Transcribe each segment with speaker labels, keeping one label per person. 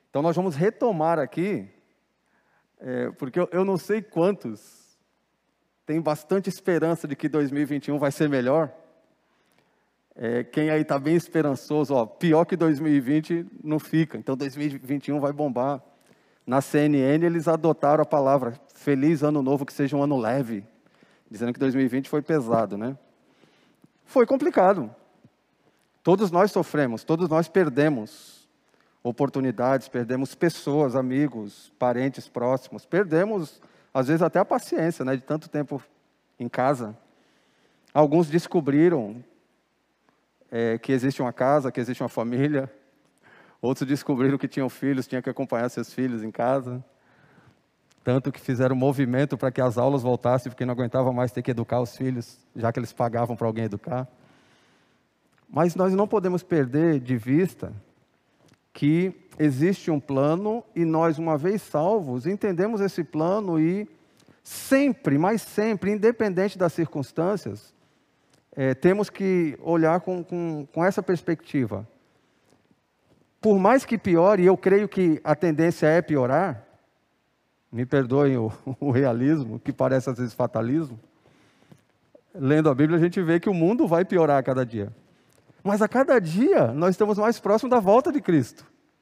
Speaker 1: Então nós vamos retomar aqui, porque eu não sei quantos têm bastante esperança de que 2021 vai ser melhor. Quem aí está bem esperançoso, pior que 2020 não fica, então 2021 vai bombar. Na CNN eles adotaram a palavra feliz ano novo, que seja um ano leve, dizendo que 2020 foi pesado, né? Foi complicado. Todos nós sofremos, todos nós perdemos oportunidades, perdemos pessoas, amigos, parentes próximos, perdemos às vezes até a paciência, né, de tanto tempo em casa. Alguns descobriram que existe uma casa, que existe uma família. Outros descobriram que tinham filhos, tinham que acompanhar seus filhos em casa. Tanto que fizeram movimento para que as aulas voltassem, porque não aguentava mais ter que educar os filhos, já que eles pagavam para alguém educar. Mas nós não podemos perder de vista que existe um plano e nós, uma vez salvos, entendemos esse plano e sempre, mas sempre, independente das circunstâncias, temos que olhar com essa perspectiva. Por mais que piore, e eu creio que a tendência é piorar, me perdoem o realismo, que parece às vezes fatalismo, lendo a Bíblia a gente vê que o mundo vai piorar a cada dia. Mas a cada dia nós estamos mais próximos da volta de Cristo.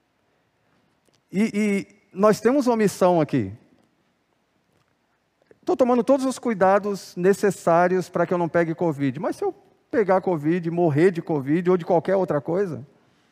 Speaker 1: E nós temos uma missão aqui. Estou tomando todos os cuidados necessários para que eu não pegue Covid. Mas se eu pegar Covid, morrer de Covid ou de qualquer outra coisa,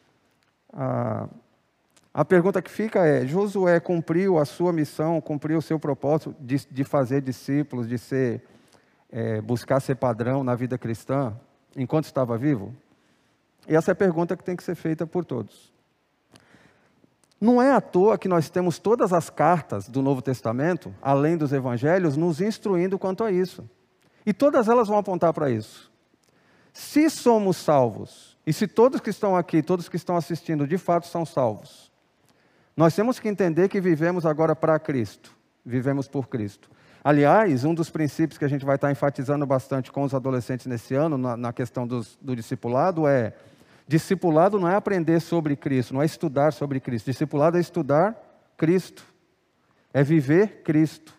Speaker 1: a pergunta que fica é: Josué cumpriu a sua missão, cumpriu o seu propósito de fazer discípulos, de buscar ser padrão na vida cristã, enquanto estava vivo? E essa é a pergunta que tem que ser feita por todos. Não é à toa que nós temos todas as cartas do Novo Testamento, além dos evangelhos, nos instruindo quanto a isso. E todas elas vão apontar para isso. Se somos salvos, e se todos que estão aqui, todos que estão assistindo, de fato são salvos, nós temos que entender que vivemos agora para Cristo, vivemos por Cristo. Aliás, um dos princípios que a gente vai estar enfatizando bastante com os adolescentes nesse ano, na questão do discipulado, discipulado não é aprender sobre Cristo, não é estudar sobre Cristo. Discipulado é estudar Cristo, é viver Cristo,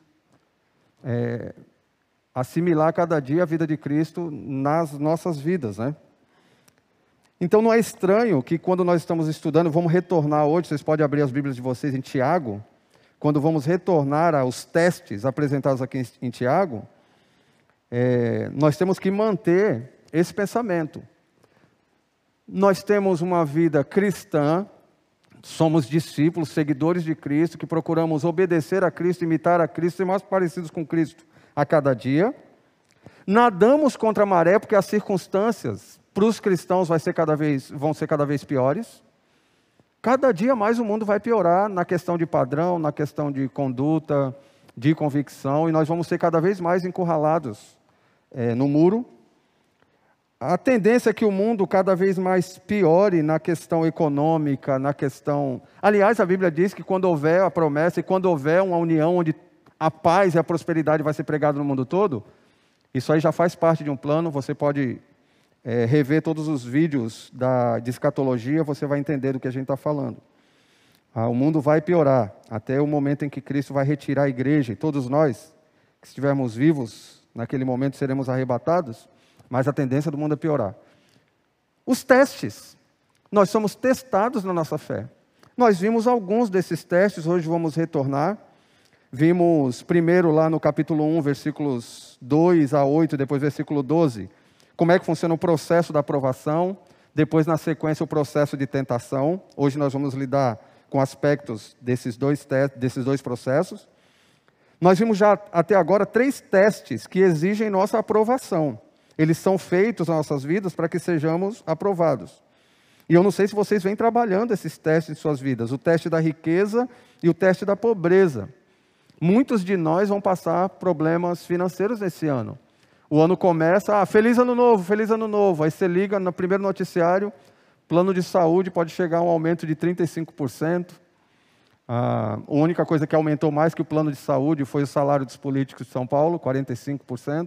Speaker 1: assimilar cada dia a vida de Cristo nas nossas vidas, né? Então não é estranho que quando nós estamos estudando, vamos retornar hoje, vocês podem abrir as Bíblias de vocês em Tiago, quando vamos retornar aos testes apresentados aqui em Tiago, nós temos que manter esse pensamento. Nós temos uma vida cristã, somos discípulos, seguidores de Cristo, que procuramos obedecer a Cristo, imitar a Cristo, ser mais parecidos com Cristo a cada dia. Nadamos contra a maré, porque as circunstâncias para os cristãos vão ser cada vez piores. Cada dia mais o mundo vai piorar na questão de padrão, na questão de conduta, de convicção, e nós vamos ser cada vez mais encurralados no muro. A tendência é que o mundo cada vez mais piore na questão econômica, na questão... Aliás, a Bíblia diz que quando houver a promessa e quando houver uma união onde a paz e a prosperidade vai ser pregada no mundo todo, isso aí já faz parte de um plano. Você pode rever todos os vídeos de escatologia, você vai entender do que a gente está falando. O mundo vai piorar até o momento em que Cristo vai retirar a igreja, e todos nós, que estivermos vivos, naquele momento seremos arrebatados, mas a tendência do mundo é piorar. Os testes. Nós somos testados na nossa fé. Nós vimos alguns desses testes, hoje vamos retornar. Vimos primeiro lá no capítulo 1, versículos 2 a 8, depois versículo 12, como é que funciona o processo da aprovação, depois na sequência o processo de tentação. Hoje nós vamos lidar com aspectos desses dois processos. Nós vimos já até agora 3 testes que exigem nossa aprovação. Eles são feitos nas nossas vidas para que sejamos aprovados. E eu não sei se vocês vêm trabalhando esses testes em suas vidas, o teste da riqueza e o teste da pobreza. Muitos de nós vão passar problemas financeiros nesse ano. O ano começa, feliz ano novo, feliz ano novo. Aí você liga no primeiro noticiário, plano de saúde pode chegar a um aumento de 35%. A única coisa que aumentou mais que o plano de saúde foi o salário dos políticos de São Paulo, 45%.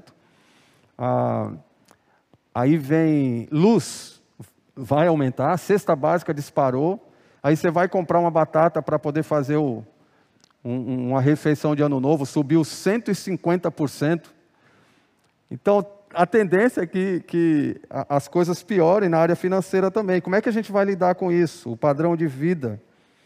Speaker 1: Aí vem luz, vai aumentar, a cesta básica disparou, Aí você vai comprar uma batata para poder fazer uma refeição de ano novo, subiu 150%. Então, a tendência é que as coisas piorem na área financeira também. Como é que a gente vai lidar com isso? O padrão de vida,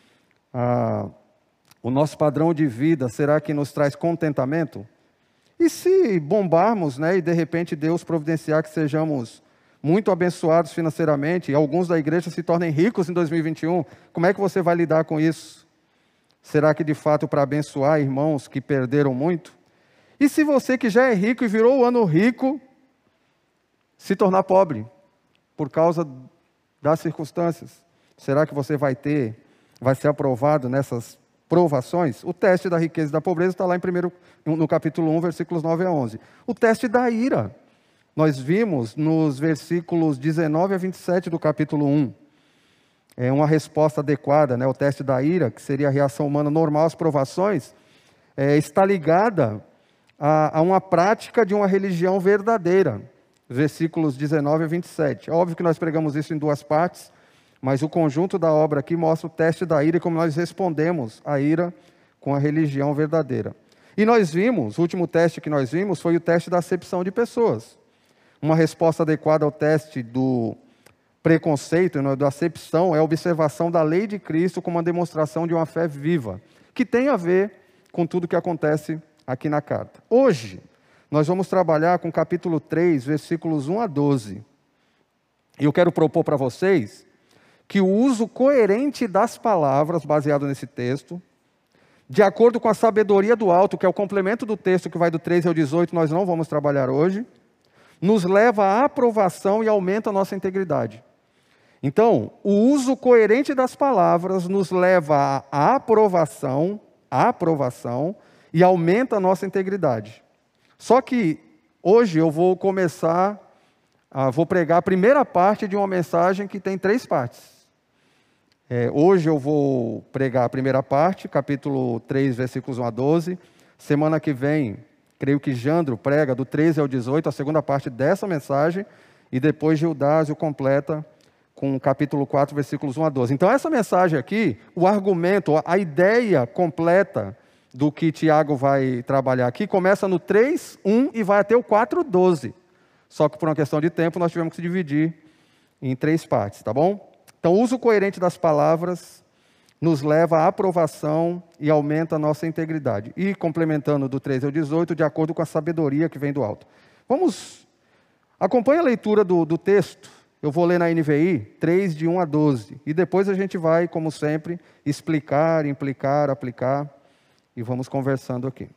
Speaker 1: o nosso padrão de vida, será que nos traz contentamento? E se bombarmos, né, e de repente Deus providenciar que sejamos muito abençoados financeiramente, e alguns da igreja se tornem ricos em 2021, como é que você vai lidar com isso? Será que de fato para abençoar irmãos que perderam muito? E se você que já é rico e virou o ano rico, se tornar pobre, por causa das circunstâncias, será que você vai ser aprovado nessas provações? O teste da riqueza e da pobreza está lá no capítulo 1, versículos 9 a 11. O teste da ira, nós vimos nos versículos 19 a 27 do capítulo 1. É uma resposta adequada, né? O teste da ira, que seria a reação humana normal às provações, está ligada a uma prática de uma religião verdadeira. Versículos 19 a 27. É óbvio que nós pregamos isso em duas partes, mas o conjunto da obra aqui mostra o teste da ira e como nós respondemos à ira com a religião verdadeira. E nós vimos, o último teste que nós vimos foi o teste da acepção de pessoas. Uma resposta adequada ao teste do preconceito, da acepção, é a observação da lei de Cristo como uma demonstração de uma fé viva, que tem a ver com tudo que acontece aqui na carta. Hoje, nós vamos trabalhar com o capítulo 3, versículos 1 a 12. E eu quero propor para vocês que o uso coerente das palavras, baseado nesse texto, de acordo com a sabedoria do alto, que é o complemento do texto que vai do 13 ao 18, nós não vamos trabalhar hoje, nos leva à aprovação e aumenta a nossa integridade. Então, o uso coerente das palavras nos leva à aprovação e aumenta a nossa integridade. Só que hoje eu vou vou pregar a primeira parte de uma mensagem que tem 3 partes. Hoje eu vou pregar a primeira parte, capítulo 3, versículos 1 a 12. Semana que vem, creio que Jandro prega do 13 ao 18, a segunda parte dessa mensagem, e depois Gildásio completa com o capítulo 4, versículos 1 a 12. Então essa mensagem aqui, o argumento, a ideia completa do que Tiago vai trabalhar aqui, começa no 3, 1 e vai até o 4, 12. Só que por uma questão de tempo nós tivemos que se dividir em 3 partes, tá bom? Então o uso coerente das palavras nos leva à aprovação e aumenta a nossa integridade. E complementando do 13 ao 18, de acordo com a sabedoria que vem do alto. Acompanhe a leitura do texto. Eu vou ler na NVI, 3 de 1 a 12. E depois a gente vai, como sempre, explicar, implicar, aplicar. E vamos conversando aqui.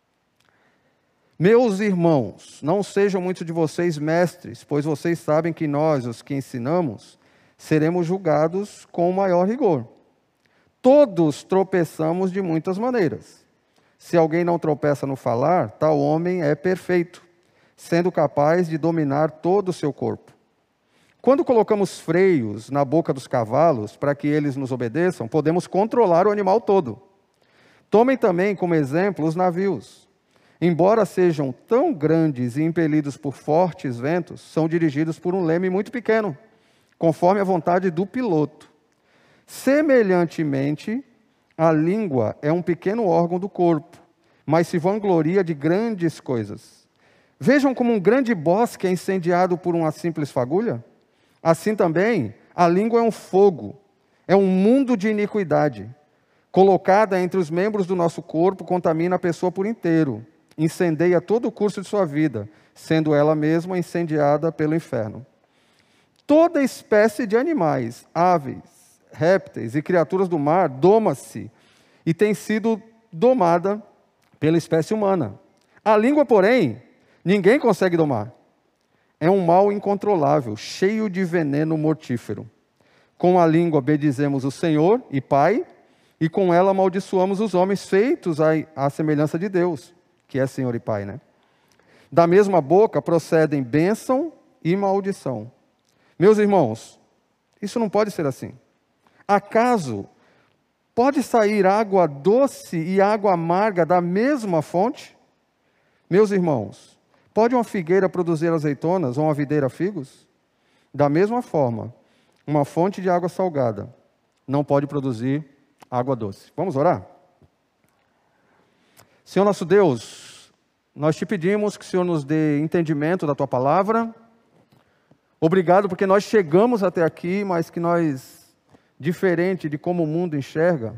Speaker 1: Meus irmãos, não sejam muitos de vocês mestres, pois vocês sabem que nós, os que ensinamos, seremos julgados com maior rigor. Todos tropeçamos de muitas maneiras. Se alguém não tropeça no falar, tal homem é perfeito, sendo capaz de dominar todo o seu corpo. Quando colocamos freios na boca dos cavalos para que eles nos obedeçam, podemos controlar o animal todo. Tomem também como exemplo os navios. Embora sejam tão grandes e impelidos por fortes ventos, são dirigidos por um leme muito pequeno, conforme a vontade do piloto. Semelhantemente, a língua é um pequeno órgão do corpo, mas se vangloria de grandes coisas. Vejam como um grande bosque é incendiado por uma simples fagulha. Assim também, a língua é um fogo, é um mundo de iniquidade. Colocada entre os membros do nosso corpo, contamina a pessoa por inteiro, incendeia todo o curso de sua vida, sendo ela mesma incendiada pelo inferno. Toda espécie de animais, aves, répteis e criaturas do mar doma-se e tem sido domada pela espécie humana. A língua, porém, ninguém consegue domar. É um mal incontrolável, cheio de veneno mortífero. Com a língua bendizemos o Senhor e Pai, e com ela amaldiçoamos os homens feitos à semelhança de Deus, que é Senhor e Pai, né? Da mesma boca procedem bênção e maldição. Meus irmãos, isso não pode ser assim. Acaso pode sair água doce e água amarga da mesma fonte? Meus irmãos, pode uma figueira produzir azeitonas ou uma videira figos? Da mesma forma, uma fonte de água salgada não pode produzir água doce. Vamos orar? Senhor nosso Deus, nós te pedimos que o Senhor nos dê entendimento da tua palavra. Obrigado porque nós chegamos até aqui, mas que nós, diferente de como o mundo enxerga,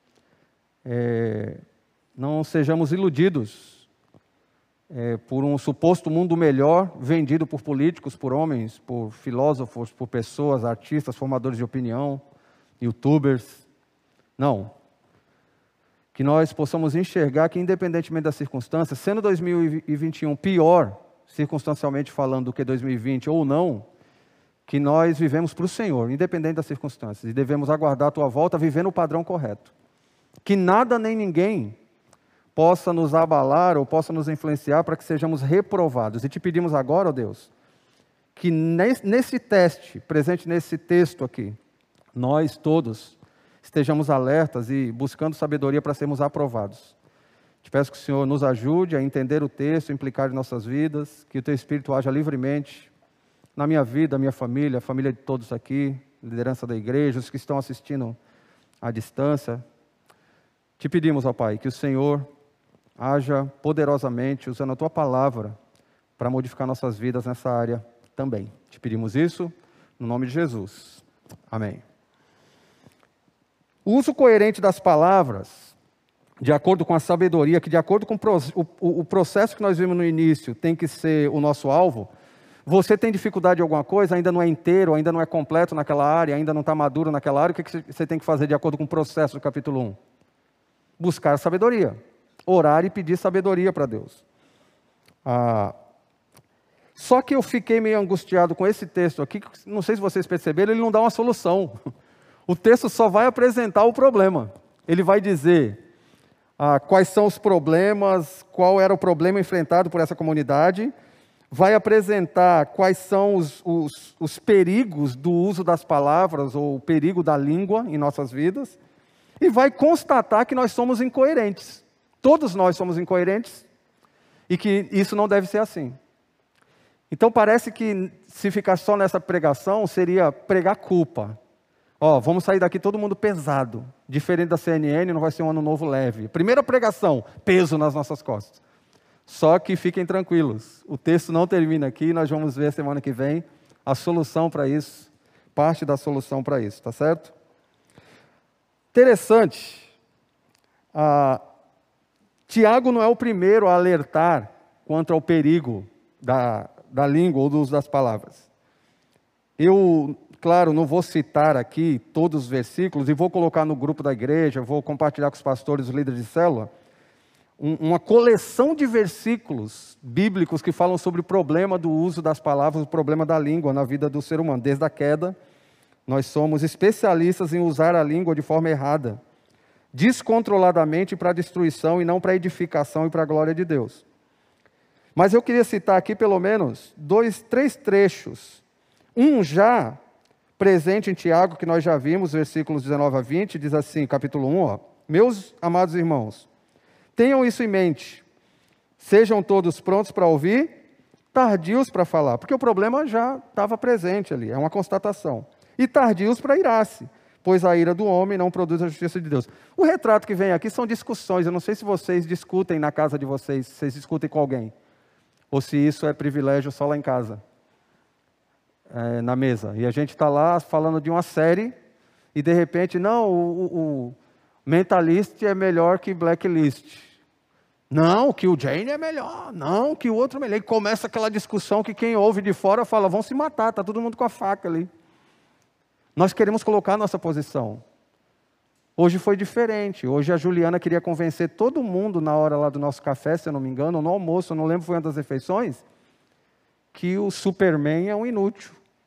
Speaker 1: não sejamos iludidos por um suposto mundo melhor vendido por políticos, por homens, por filósofos, por pessoas, artistas, formadores de opinião, youtubers. Não. Que nós possamos enxergar que, independentemente das circunstâncias, sendo 2021 pior, circunstancialmente falando, do que 2020 ou não, que nós vivemos para o Senhor, independente das circunstâncias, e devemos aguardar a tua volta vivendo o padrão correto. Que nada nem ninguém possa nos abalar ou possa nos influenciar para que sejamos reprovados. E te pedimos agora, ó Deus, que nesse teste, presente nesse texto aqui, nós todos estejamos alertas e buscando sabedoria para sermos aprovados. Te peço que o Senhor nos ajude a entender o texto, implicar em nossas vidas, que o teu Espírito haja livremente na minha vida, minha família, a família de todos aqui, liderança da igreja, os que estão assistindo à distância. Te pedimos, ó Pai, que o Senhor haja poderosamente usando a tua palavra para modificar nossas vidas nessa área também. Te pedimos isso no nome de Jesus. Amém. O uso coerente das palavras, de acordo com a sabedoria, que de acordo com o processo que nós vimos no início, tem que ser o nosso alvo. Você tem dificuldade em alguma coisa, ainda não é inteiro, ainda não é completo naquela área, ainda não está maduro naquela área, o que você tem que fazer de acordo com o processo do capítulo 1? Buscar sabedoria. Orar e pedir sabedoria para Deus. Só que eu fiquei meio angustiado com esse texto aqui, não sei se vocês perceberam, ele não dá uma solução. O texto só vai apresentar o problema. Ele vai dizer quais são os problemas, qual era o problema enfrentado por essa comunidade, vai apresentar quais são os perigos do uso das palavras, ou o perigo da língua em nossas vidas, e vai constatar que nós somos incoerentes. Todos nós somos incoerentes, e que isso não deve ser assim. Então parece que se ficar só nessa pregação, seria pregar culpa. Vamos sair daqui todo mundo pesado. Diferente da CNN, não vai ser um ano novo leve. Primeira pregação, peso nas nossas costas. Só que fiquem tranquilos, o texto não termina aqui, nós vamos ver semana que vem a solução para isso, parte da solução para isso, tá certo? Interessante, Tiago não é o primeiro a alertar quanto ao perigo da língua ou do uso das palavras. Eu, claro, não vou citar aqui todos os versículos e vou colocar no grupo da igreja, vou compartilhar com os pastores, os líderes de célula, uma coleção de versículos bíblicos que falam sobre o problema do uso das palavras, o problema da língua na vida do ser humano. Desde a queda, nós somos especialistas em usar a língua de forma errada, descontroladamente para a destruição e não para a edificação e para a glória de Deus. Mas eu queria citar aqui pelo menos 3 trechos. Um já presente em Tiago, que nós já vimos, versículos 19 a 20, diz assim, capítulo 1, meus amados irmãos, tenham isso em mente, sejam todos prontos para ouvir, tardios para falar, porque o problema já estava presente ali, é uma constatação. E tardios para irar-se, pois a ira do homem não produz a justiça de Deus. O retrato que vem aqui são discussões, eu não sei se vocês discutem na casa de vocês, se vocês discutem com alguém, ou se isso é privilégio só lá em casa, na mesa. E a gente está lá falando de uma série, e de repente, não, o Mentalist é melhor que Blacklist. Não, que o Jane é melhor. Não, que o outro é melhor. E começa aquela discussão que quem ouve de fora fala, vão se matar, está todo mundo com a faca ali. Nós queremos colocar a nossa posição. Hoje foi diferente. Hoje a Juliana queria convencer todo mundo na hora lá do nosso café, se eu não me engano, ou no almoço, eu não lembro, foi uma das refeições, que o Superman é um inútil.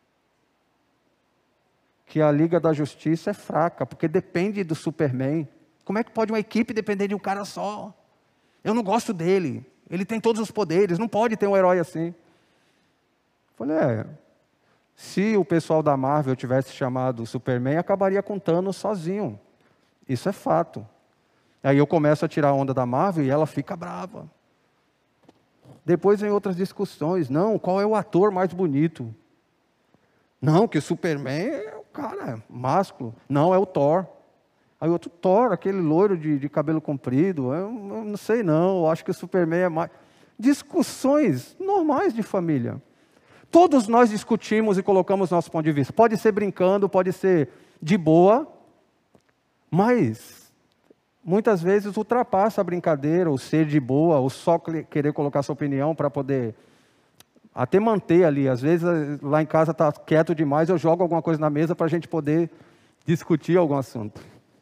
Speaker 1: Que a Liga da Justiça é fraca, porque depende do Superman. Como é que pode uma equipe depender de um cara só? Eu não gosto dele. Ele tem todos os poderes, não pode ter um herói assim. Falei, se o pessoal da Marvel tivesse chamado o Superman, acabaria com Thanos sozinho. Isso é fato. Aí eu começo a tirar a onda da Marvel e ela fica brava. Depois vem outras discussões. Não, qual é o ator mais bonito? Não, que o Superman é o cara, másculo. Não, é o Thor. Aí o outro, Thor, aquele loiro de cabelo comprido. Eu não sei não, eu acho que o Superman é mais... Discussões normais de família. Todos nós discutimos e colocamos nosso ponto de vista. Pode ser brincando, pode ser de boa, mas muitas vezes ultrapassa a brincadeira, o ser de boa, ou só querer colocar sua opinião para poder até manter ali. Às vezes lá em casa está quieto demais, eu jogo alguma coisa na mesa para a gente poder discutir algum assunto.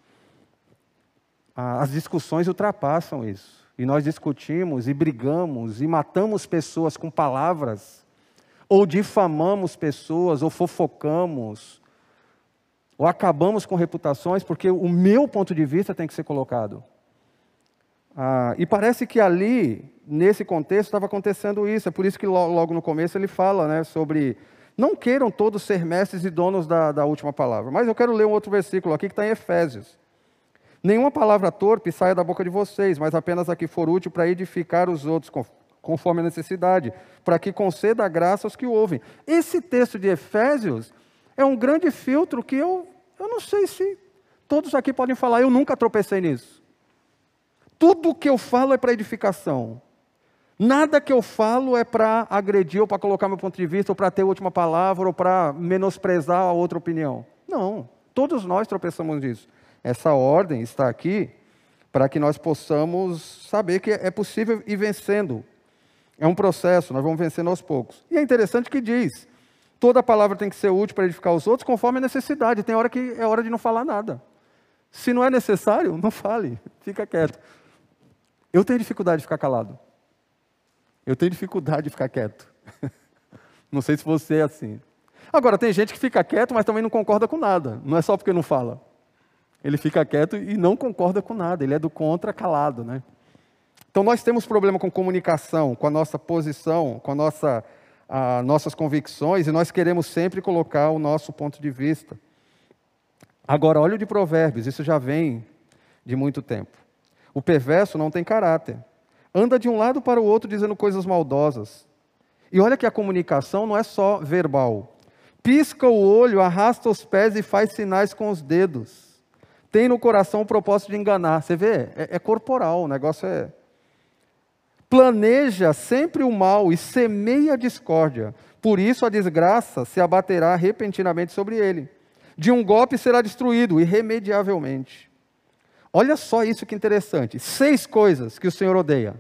Speaker 1: As discussões ultrapassam isso. E nós discutimos e brigamos e matamos pessoas com palavras, ou difamamos pessoas, ou fofocamos, ou acabamos com reputações, porque o meu ponto de vista tem que ser colocado. E parece que ali, nesse contexto, estava acontecendo isso. É por isso que logo no começo ele fala, né, sobre... Não queiram todos ser mestres e donos da última palavra. Mas eu quero ler um outro versículo aqui que está em Efésios. Nenhuma palavra torpe saia da boca de vocês, mas apenas a que for útil para edificar os outros, conforme a necessidade, para que conceda a graça aos que o ouvem. Esse texto de Efésios é um grande filtro que eu não sei se todos aqui podem falar, eu nunca tropecei nisso. Tudo que eu falo é para edificação. Nada que eu falo é para agredir, ou para colocar meu ponto de vista, ou para ter a última palavra, ou para menosprezar a outra opinião. Não, todos nós tropeçamos nisso. Essa ordem está aqui para que nós possamos saber que é possível ir vencendo. É um processo, nós vamos vencendo aos poucos. E é interessante que diz, toda palavra tem que ser útil para edificar os outros conforme a necessidade. Tem hora que é hora de não falar nada. Se não é necessário, não fale, fica quieto. Eu tenho dificuldade de ficar calado. Eu tenho dificuldade de ficar quieto. Não sei se você é assim. Agora, tem gente que fica quieto, mas também não concorda com nada. Não é só porque não fala. Ele fica quieto e não concorda com nada. Ele é do contra calado, né? Então, nós temos problema com comunicação, com a nossa posição, com nossas convicções, e nós queremos sempre colocar o nosso ponto de vista. Agora, olha o de Provérbios, isso já vem de muito tempo. O perverso não tem caráter. Anda de um lado para o outro dizendo coisas maldosas. E olha que a comunicação não é só verbal. Pisca o olho, arrasta os pés e faz sinais com os dedos. Tem no coração o propósito de enganar. Você vê? É corporal, o negócio é... Planeja sempre o mal e semeia a discórdia. Por isso a desgraça se abaterá repentinamente sobre ele. De um golpe será destruído, irremediavelmente. Olha só isso que interessante. 6 coisas que o Senhor odeia.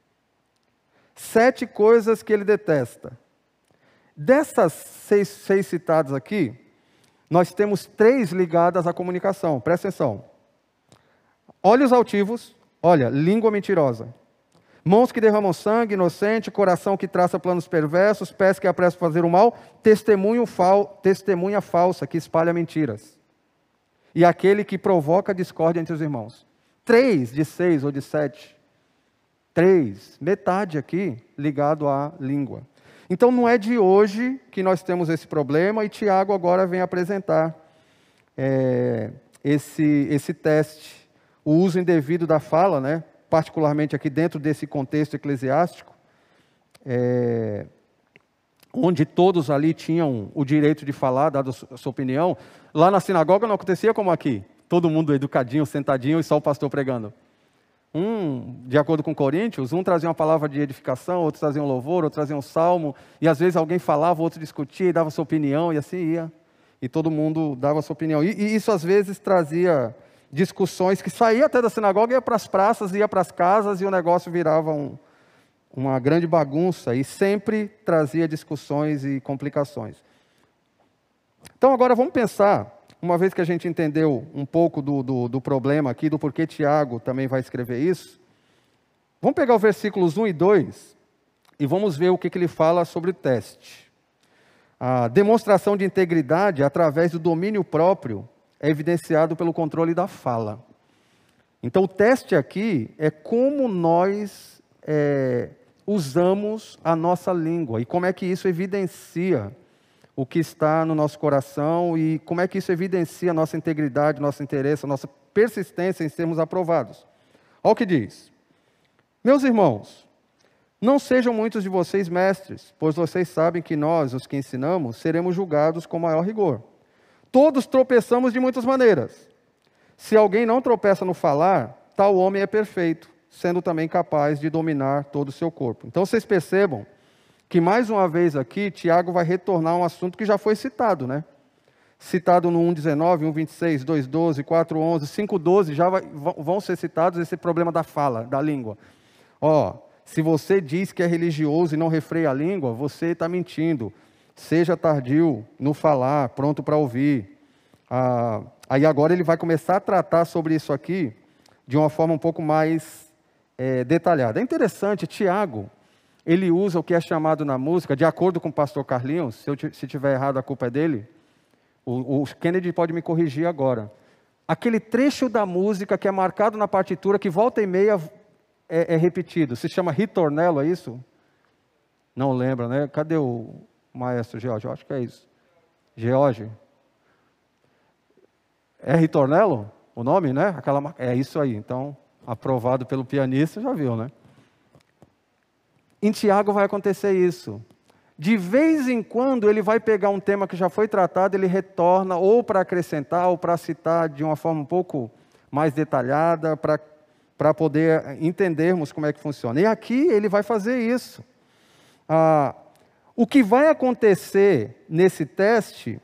Speaker 1: 7 coisas que Ele detesta. Dessas 6 citadas aqui, nós temos 3 ligadas à comunicação. Presta atenção. Olhos altivos, olha, língua mentirosa. Mãos que derramam sangue inocente, coração que traça planos perversos, pés que apressam fazer o mal, testemunha falsa que espalha mentiras. E aquele que provoca discórdia entre os irmãos. 3 de 6 ou de 7. 3, metade aqui ligado à língua. Então não é de hoje que nós temos esse problema, e Tiago agora vem apresentar esse teste, o uso indevido da fala, né? Particularmente aqui dentro desse contexto eclesiástico, onde todos ali tinham o direito de falar, dado a sua opinião. Lá na sinagoga não acontecia como aqui, todo mundo educadinho, sentadinho e só o pastor pregando. De acordo com Coríntios, trazia uma palavra de edificação, outro trazia um louvor, outro trazia um salmo, e às vezes alguém falava, outro discutia e dava sua opinião, e assim ia. E todo mundo dava sua opinião. E isso às vezes trazia discussões que saía até da sinagoga, ia para as praças, ia para as casas, e o negócio virava uma grande bagunça, e sempre trazia discussões e complicações. Então agora vamos pensar, uma vez que a gente entendeu um pouco do problema aqui, do porquê Tiago também vai escrever isso, vamos pegar os versículos 1 e 2, e vamos ver o que ele fala sobre o teste. A demonstração de integridade através do domínio próprio é evidenciado pelo controle da fala. Então, o teste aqui é como nós usamos a nossa língua e como é que isso evidencia o que está no nosso coração e como é que isso evidencia a nossa integridade, nosso interesse, a nossa persistência em sermos aprovados. Olha o que diz. Meus irmãos, não sejam muitos de vocês mestres, pois vocês sabem que nós, os que ensinamos, seremos julgados com maior rigor. todos tropeçamos de muitas maneiras. Se alguém não tropeça no falar, tal homem é perfeito, sendo também capaz de dominar todo o seu corpo. Então vocês percebam que mais uma vez aqui, Tiago vai retornar a um assunto que já foi citado, né? Citado no 1,19, 1,26, 2,12, 4,11, 5,12, já vão ser citados esse problema da fala, da língua. Se você diz que é religioso e não refreia a língua, você está mentindo. Seja tardio no falar, pronto para ouvir. Aí agora ele vai começar a tratar sobre isso aqui de uma forma um pouco mais detalhada. É interessante, Tiago, ele usa o que é chamado na música, de acordo com o pastor Carlinhos, se tiver errado a culpa é dele, o Kennedy pode me corrigir agora. Aquele trecho da música que é marcado na partitura, que volta e meia é repetido, se chama ritornello, é isso? Não lembra, né? Cadê o maestro George? Eu acho que é isso. George. É ritornello o nome, né? É isso aí. Então, aprovado pelo pianista, já viu, né? Em Tiago vai acontecer isso. De vez em quando ele vai pegar um tema que já foi tratado, ele retorna ou para acrescentar ou para citar de uma forma um pouco mais detalhada, para poder entendermos como é que funciona. E aqui ele vai fazer isso. O que vai acontecer nesse teste,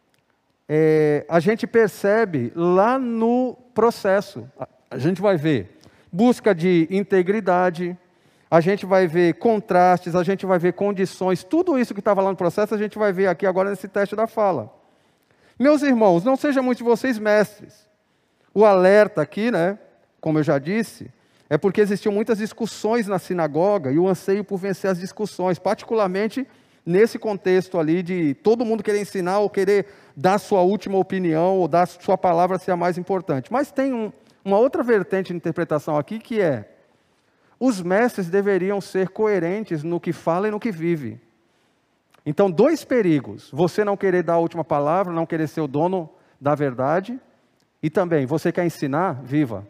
Speaker 1: a gente percebe lá no processo. A gente vai ver busca de integridade, a gente vai ver contrastes, a gente vai ver condições, tudo isso que estava lá no processo, a gente vai ver aqui agora nesse teste da fala. Meus irmãos, não sejam muitos de vocês mestres. O alerta aqui, né, como eu já disse, é porque existiam muitas discussões na sinagoga e o anseio por vencer as discussões, particularmente nesse contexto ali de todo mundo querer ensinar ou querer dar sua última opinião ou dar sua palavra ser a mais importante. Mas tem uma outra vertente de interpretação aqui que é: os mestres deveriam ser coerentes no que fala e no que vive. Então, dois perigos: você não querer dar a última palavra, não querer ser o dono da verdade, e também, você quer ensinar, viva.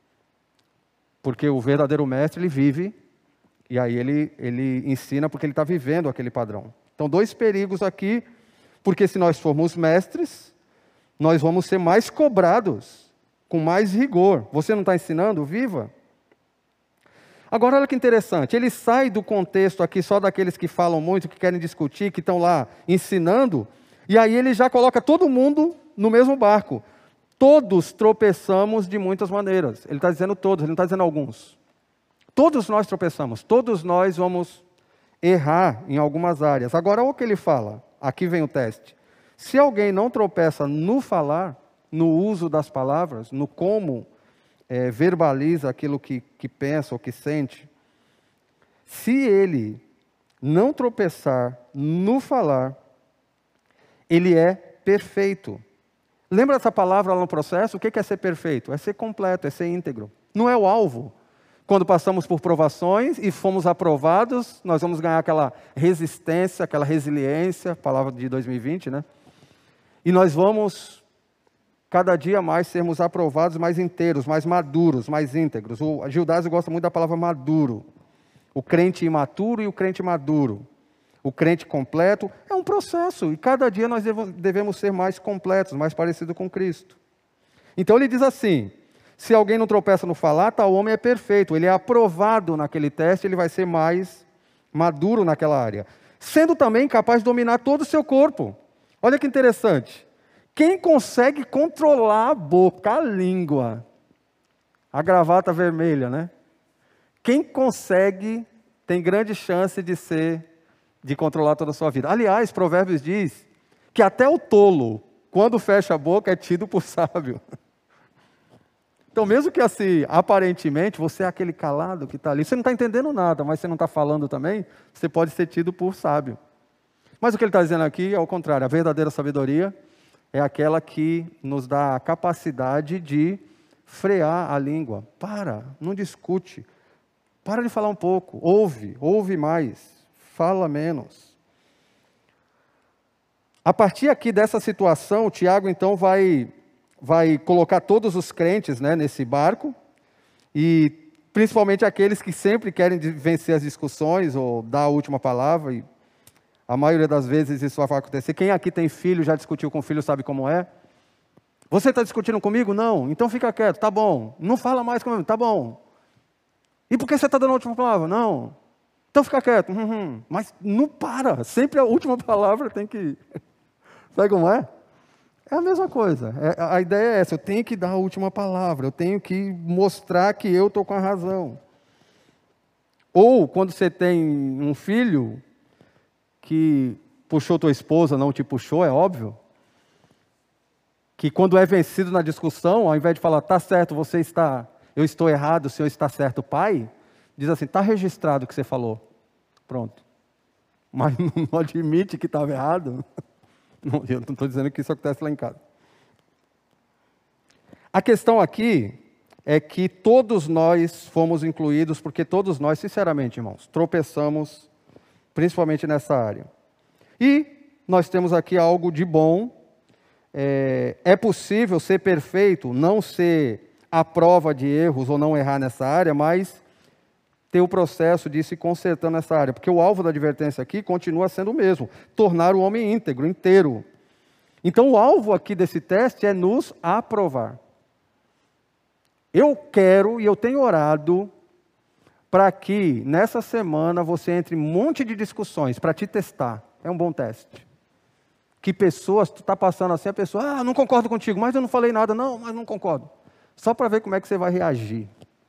Speaker 1: Porque o verdadeiro mestre, ele vive, e aí ele ensina porque ele está vivendo aquele padrão. Então, dois perigos aqui, porque se nós formos mestres, nós vamos ser mais cobrados, com mais rigor. Você não está ensinando? Viva. Agora, olha que interessante, ele sai do contexto aqui só daqueles que falam muito, que querem discutir, que estão lá ensinando, e aí ele já coloca todo mundo no mesmo barco. Todos tropeçamos de muitas maneiras. Ele está dizendo todos, ele não está dizendo alguns. Todos nós tropeçamos, todos nós vamos errar em algumas áreas. Agora, olha o que ele fala, aqui vem o teste. Se alguém não tropeça no falar, no uso das palavras, no como verbaliza aquilo que pensa ou que sente, se ele não tropeçar no falar, ele é perfeito. Lembra essa palavra lá no processo? O que é ser perfeito? É ser completo, é ser íntegro. Não é o alvo. Quando passamos por provações e fomos aprovados, nós vamos ganhar aquela resistência, aquela resiliência, palavra de 2020, né? E nós vamos cada dia mais sermos aprovados, mais inteiros, mais maduros, mais íntegros. O Gildásio gosta muito da palavra maduro. O crente imaturo e o crente maduro. O crente completo é um processo, e cada dia nós devemos ser mais completos, mais parecidos com Cristo. Então ele diz assim: se alguém não tropeça no falar, tal homem é perfeito, ele é aprovado naquele teste, ele vai ser mais maduro naquela área. Sendo também capaz de dominar todo o seu corpo. Olha que interessante. Quem consegue controlar a boca, a língua, a gravata vermelha, né? Quem consegue, tem grande chance de controlar toda a sua vida. Aliás, Provérbios diz que até o tolo, quando fecha a boca, é tido por sábio. Então, mesmo que assim, aparentemente, você é aquele calado que está ali, você não está entendendo nada, mas você não está falando também, você pode ser tido por sábio. Mas o que ele está dizendo aqui é o contrário. A verdadeira sabedoria é aquela que nos dá a capacidade de frear a língua. Não discute. Para de falar um pouco. Ouve mais. Fala menos. A partir aqui dessa situação, o Tiago então vai colocar todos os crentes, né, nesse barco, e principalmente aqueles que sempre querem vencer as discussões ou dar a última palavra. A maioria das vezes isso vai acontecer. Quem aqui tem filho, já discutiu com o filho, sabe como é? Você está discutindo comigo? Não. Então fica quieto, tá bom. Não fala mais comigo, tá bom. E por que você está dando a última palavra? Não. Então fica quieto. Mas não para. Sempre a última palavra tem que... Sabe como é? É a mesma coisa. A ideia é essa. Eu tenho que dar a última palavra. Eu tenho que mostrar que eu estou com a razão. Ou quando você tem um filho que puxou tua esposa, não te puxou, é óbvio. Que quando é vencido na discussão, ao invés de falar, tá certo, eu estou errado, o senhor está certo, pai, diz assim, está registrado o que você falou. Pronto. Mas não admite que estava errado. Não, eu não estou dizendo que isso acontece lá em casa. A questão aqui é que todos nós fomos incluídos, porque todos nós, sinceramente, irmãos, tropeçamos, principalmente nessa área. E nós temos aqui algo de bom. É possível ser perfeito, não ser à prova de erros ou não errar nessa área, mas ter o processo de ir se consertando nessa área. Porque o alvo da advertência aqui continua sendo o mesmo, tornar o homem íntegro, inteiro. Então o alvo aqui desse teste é nos aprovar. Eu quero e eu tenho orado para que nessa semana você entre em um monte de discussões para te testar. É um bom teste. Que pessoas, tu está passando assim, a pessoa, não concordo contigo, mas eu não falei nada, não, mas não concordo. Só para ver como é que você vai reagir.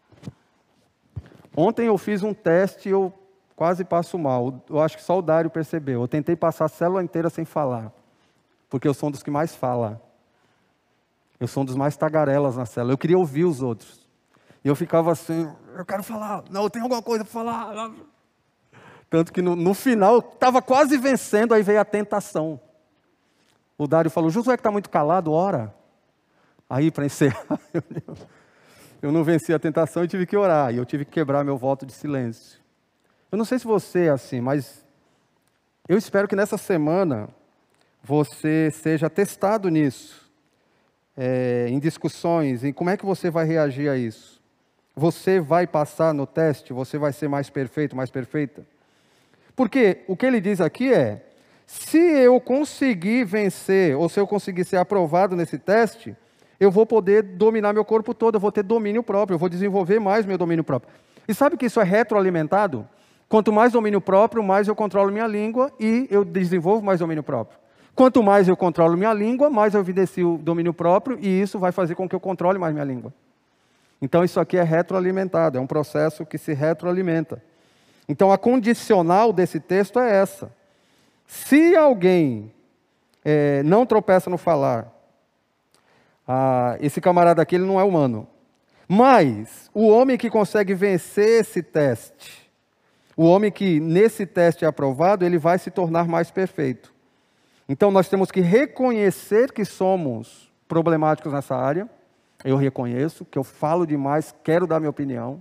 Speaker 1: Ontem eu fiz um teste e eu quase passo mal. Eu acho que só o Dário percebeu. Eu tentei passar a célula inteira sem falar, porque eu sou um dos que mais fala. Eu sou um dos mais tagarelas na célula. Eu queria ouvir os outros. E eu ficava assim, eu quero falar, não, eu tenho alguma coisa para falar. Tanto que no final, eu estava quase vencendo, aí veio a tentação. O Dário falou, Josué que está muito calado, ora. Aí, para encerrar, eu não venci a tentação e tive que orar. E eu tive que quebrar meu voto de silêncio. Eu não sei se você é assim, mas eu espero que nessa semana você seja testado nisso. Em discussões, em como é que você vai reagir a isso. Você vai passar no teste, você vai ser mais perfeito, mais perfeita. Porque o que ele diz aqui é, se eu conseguir vencer, ou se eu conseguir ser aprovado nesse teste, eu vou poder dominar meu corpo todo, eu vou ter domínio próprio, eu vou desenvolver mais meu domínio próprio. E sabe que isso é retroalimentado? Quanto mais domínio próprio, mais eu controlo minha língua e eu desenvolvo mais domínio próprio. Quanto mais eu controlo minha língua, mais eu evidencio o domínio próprio e isso vai fazer com que eu controle mais minha língua. Então isso aqui é retroalimentado, é um processo que se retroalimenta. Então a condicional desse texto é essa. Se alguém não tropeça no falar, esse camarada aqui ele não é humano. Mas o homem que consegue vencer esse teste, o homem que nesse teste é aprovado, ele vai se tornar mais perfeito. Então nós temos que reconhecer que somos problemáticos nessa área. Eu reconheço que eu falo demais, quero dar minha opinião.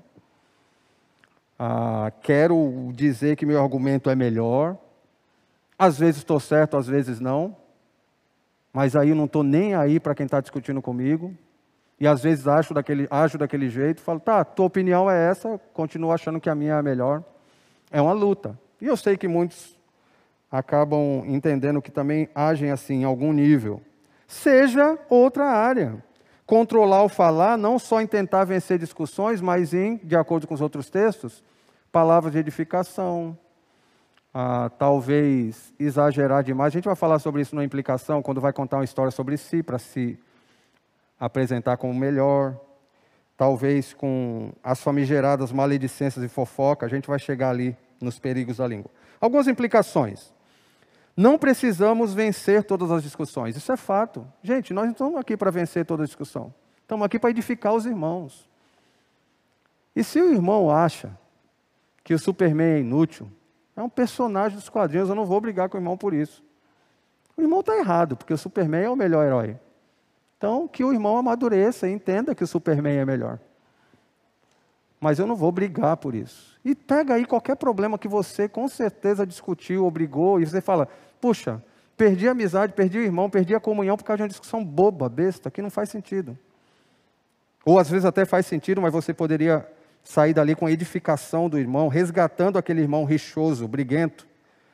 Speaker 1: Quero dizer que meu argumento é melhor. Às vezes estou certo, às vezes não. Mas aí eu não estou nem aí para quem está discutindo comigo. E às vezes ajo daquele jeito, falo, tá, tua opinião é essa, continuo achando que a minha é a melhor. É uma luta. E eu sei que muitos acabam entendendo que também agem assim em algum nível. Seja outra área. Controlar o falar, não só em tentar vencer discussões, mas em, de acordo com os outros textos, palavras de edificação, talvez exagerar demais. A gente vai falar sobre isso na implicação, quando vai contar uma história sobre si, para se apresentar como melhor. Talvez com as famigeradas maledicências e fofoca, a gente vai chegar ali nos perigos da língua. Algumas implicações. Não precisamos vencer todas as discussões, isso é fato. Gente, nós não estamos aqui para vencer toda a discussão. Estamos aqui para edificar os irmãos. E se o irmão acha que o Superman é inútil, é um personagem dos quadrinhos, eu não vou brigar com o irmão por isso. O irmão está errado, porque o Superman é o melhor herói. Então, que o irmão amadureça e entenda que o Superman é melhor. Mas eu não vou brigar por isso. E pega aí qualquer problema que você com certeza discutiu ou brigou, e você fala, puxa, perdi a amizade, perdi o irmão, perdi a comunhão por causa de uma discussão boba, besta, que não faz sentido. Ou às vezes até faz sentido, mas você poderia sair dali com a edificação do irmão, resgatando aquele irmão rixoso, briguento,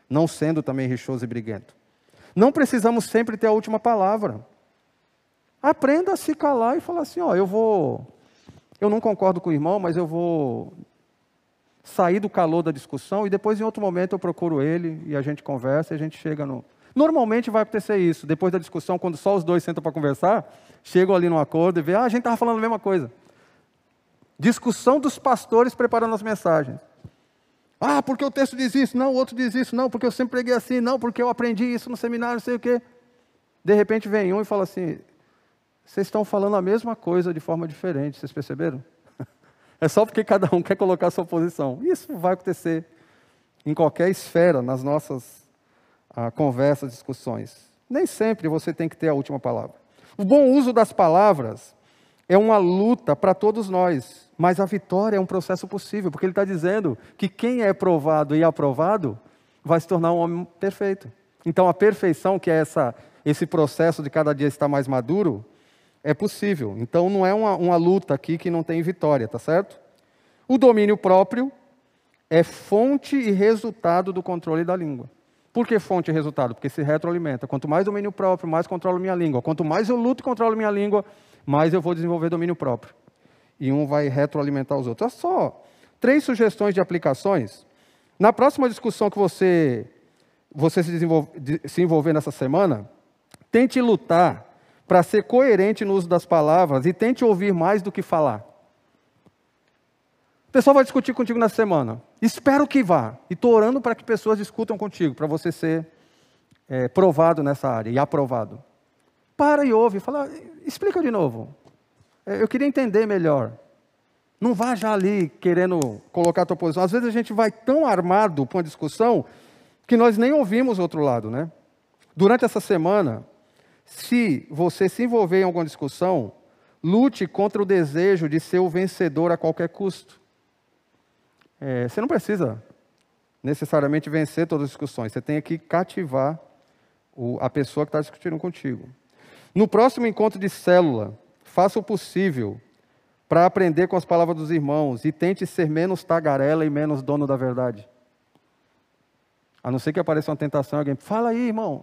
Speaker 1: não sendo também rixoso e briguento. Não precisamos sempre ter a última palavra. Aprenda a se calar e falar assim, eu não concordo com o irmão, mas eu vou sair do calor da discussão e depois em outro momento eu procuro ele e a gente conversa e a gente chega no... Normalmente vai acontecer isso, depois da discussão, quando só os dois sentam para conversar, chegam ali num acordo e vê, a gente estava falando a mesma coisa. Discussão dos pastores preparando as mensagens. Porque o texto diz isso, não, o outro diz isso, não, porque eu sempre preguei assim, não, porque eu aprendi isso no seminário, não sei o quê. De repente vem um e fala assim, vocês estão falando a mesma coisa de forma diferente, vocês perceberam? É só porque cada um quer colocar a sua posição. Isso vai acontecer em qualquer esfera, nas nossas conversas, discussões. Nem sempre você tem que ter a última palavra. O bom uso das palavras é uma luta para todos nós, mas a vitória é um processo possível, porque ele está dizendo que quem é provado e aprovado vai se tornar um homem perfeito. Então a perfeição, que é esse processo de cada dia estar mais maduro, é possível. Então não é uma luta aqui que não tem vitória, tá certo? O domínio próprio é fonte e resultado do controle da língua. Por que fonte e resultado? Porque se retroalimenta. Quanto mais domínio próprio, mais controlo minha língua. Quanto mais eu luto e controlo minha língua, mais eu vou desenvolver domínio próprio. E um vai retroalimentar os outros. É só 3 sugestões de aplicações. Na próxima discussão que você se envolver nessa semana, tente lutar para ser coerente no uso das palavras e tente ouvir mais do que falar. O pessoal vai discutir contigo na semana. Espero que vá. E estou orando para que pessoas discutam contigo, para você ser provado nessa área e aprovado. Para e ouve. Fala, explica de novo. Eu queria entender melhor. Não vá já ali querendo colocar a tua posição. Às vezes a gente vai tão armado para uma discussão que nós nem ouvimos o outro lado, né? Durante essa semana, se você se envolver em alguma discussão, lute contra o desejo de ser o vencedor a qualquer custo. Você não precisa necessariamente vencer todas as discussões. Você tem que cativar a pessoa que está discutindo contigo. No próximo encontro de célula, faça o possível para aprender com as palavras dos irmãos e tente ser menos tagarela e menos dono da verdade. A não ser que apareça uma tentação, alguém fala aí, irmão.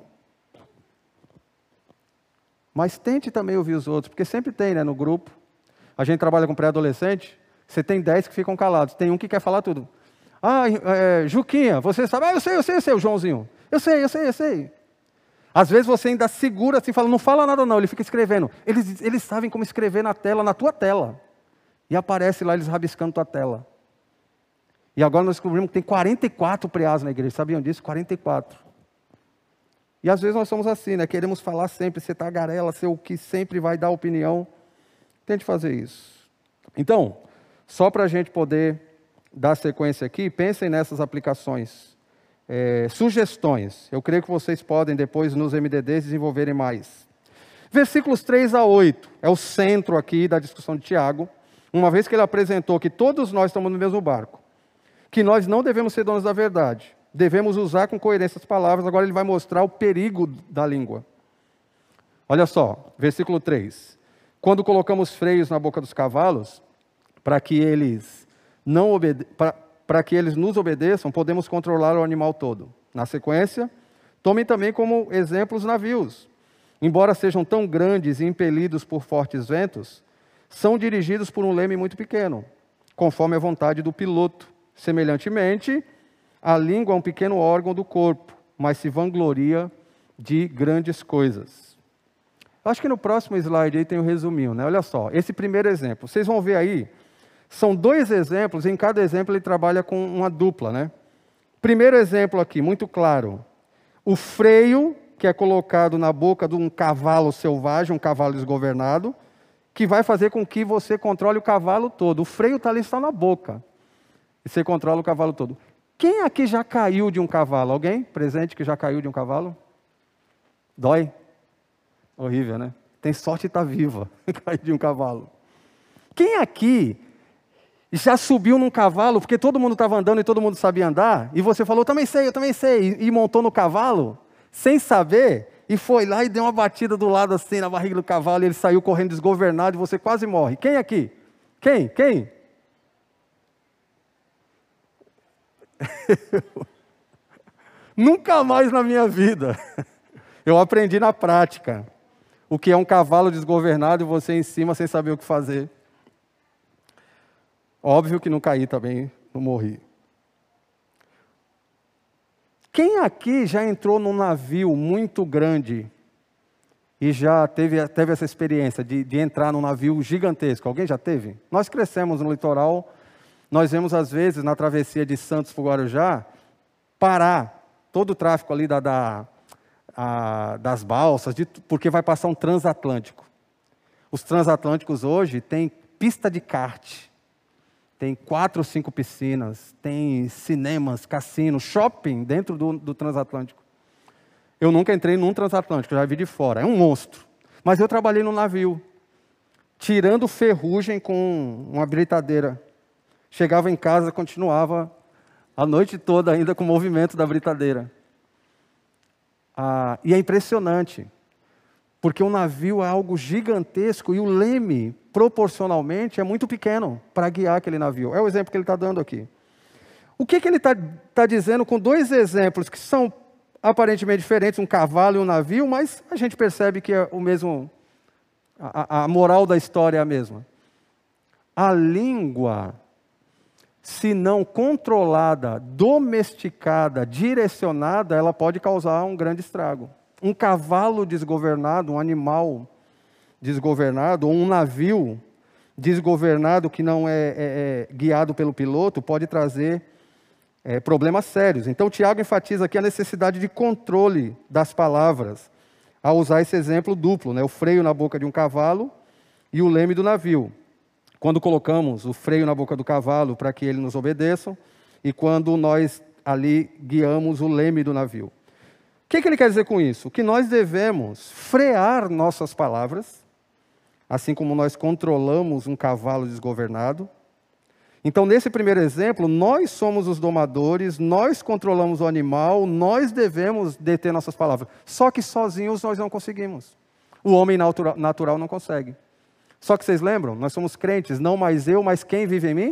Speaker 1: Mas tente também ouvir os outros, porque sempre tem, né, no grupo. A gente trabalha com pré-adolescente, você tem 10 que ficam calados, tem um que quer falar tudo. Juquinha, você sabe? Eu sei, o Joãozinho. Eu sei. Às vezes você ainda segura assim, fala, não fala nada não, ele fica escrevendo. Eles sabem como escrever na tela, na tua tela. E aparece lá eles rabiscando tua tela. E agora nós descobrimos que tem 44 preás na igreja, sabiam disso? 44. E às vezes nós somos assim, né? Queremos falar sempre, ser tagarela, ser o que sempre vai dar opinião. Tente fazer isso. Então, só para a gente poder dar sequência aqui, pensem nessas aplicações. Sugestões. Eu creio que vocês podem depois nos MDDs desenvolverem mais. Versículos 3 a 8 é o centro aqui da discussão de Tiago. Uma vez que ele apresentou que todos nós estamos no mesmo barco, que nós não devemos ser donos da verdade, devemos usar com coerência as palavras, agora ele vai mostrar o perigo da língua. Olha só, versículo 3. Quando colocamos freios na boca dos cavalos, para que eles nos obedeçam, podemos controlar o animal todo. Na sequência, tomem também como exemplo os navios. Embora sejam tão grandes e impelidos por fortes ventos, são dirigidos por um leme muito pequeno, conforme a vontade do piloto. Semelhantemente, a língua é um pequeno órgão do corpo, mas se vangloria de grandes coisas. Acho que no próximo slide aí tem um resuminho, né? Olha só, esse primeiro exemplo, vocês vão ver aí, são 2 exemplos, e em cada exemplo ele trabalha com uma dupla, né? Primeiro exemplo aqui, muito claro, o freio que é colocado na boca de um cavalo selvagem, um cavalo desgovernado, que vai fazer com que você controle o cavalo todo. O freio está ali só na boca, e você controla o cavalo todo. Quem aqui já caiu de um cavalo? Alguém presente que já caiu de um cavalo? Dói? Horrível, né? Tem sorte de estar viva, cair de um cavalo. Quem aqui já subiu num cavalo, porque todo mundo estava andando e todo mundo sabia andar, e você falou, eu também sei, e montou no cavalo, sem saber, e foi lá e deu uma batida do lado assim, na barriga do cavalo, e ele saiu correndo desgovernado, e você quase morre. Quem aqui? Quem? Nunca mais na minha vida. Eu aprendi na prática o que é um cavalo desgovernado e você em cima sem saber o que fazer. Óbvio que não caí também, não morri. Quem aqui já entrou num navio muito grande e já teve essa experiência de entrar num navio gigantesco? Alguém já teve? Nós crescemos no litoral, nós vemos às vezes na travessia de Santos para o Guarujá, parar todo o tráfego ali das balsas, porque vai passar um transatlântico. Os transatlânticos hoje têm pista de kart, tem 4 ou 5 piscinas, tem cinemas, cassinos, shopping dentro do transatlântico. Eu nunca entrei num transatlântico, já vi de fora, é um monstro. Mas eu trabalhei no navio, tirando ferrugem com uma britadeira. Chegava em casa, continuava a noite toda ainda com o movimento da britadeira. E é impressionante, porque um navio é algo gigantesco e o leme, proporcionalmente, é muito pequeno para guiar aquele navio. É o exemplo que ele está dando aqui. O que ele está dizendo com 2 exemplos que são aparentemente diferentes, um cavalo e um navio, mas a gente percebe que é o mesmo, a moral da história é a mesma. A língua, se não controlada, domesticada, direcionada, ela pode causar um grande estrago. Um cavalo desgovernado, um animal desgovernado, ou um navio desgovernado que não é guiado pelo piloto, pode trazer problemas sérios. Então, Tiago enfatiza aqui a necessidade de controle das palavras, ao usar esse exemplo duplo, né? O freio na boca de um cavalo e o leme do navio. Quando colocamos o freio na boca do cavalo para que ele nos obedeça, e quando nós ali guiamos o leme do navio. O que ele quer dizer com isso? Que nós devemos frear nossas palavras, assim como nós controlamos um cavalo desgovernado. Então, nesse primeiro exemplo, nós somos os domadores, nós controlamos o animal, nós devemos deter nossas palavras. Só que sozinhos nós não conseguimos. O homem natural não consegue. Só que vocês lembram? Nós somos crentes, não mais eu, mas quem vive em mim?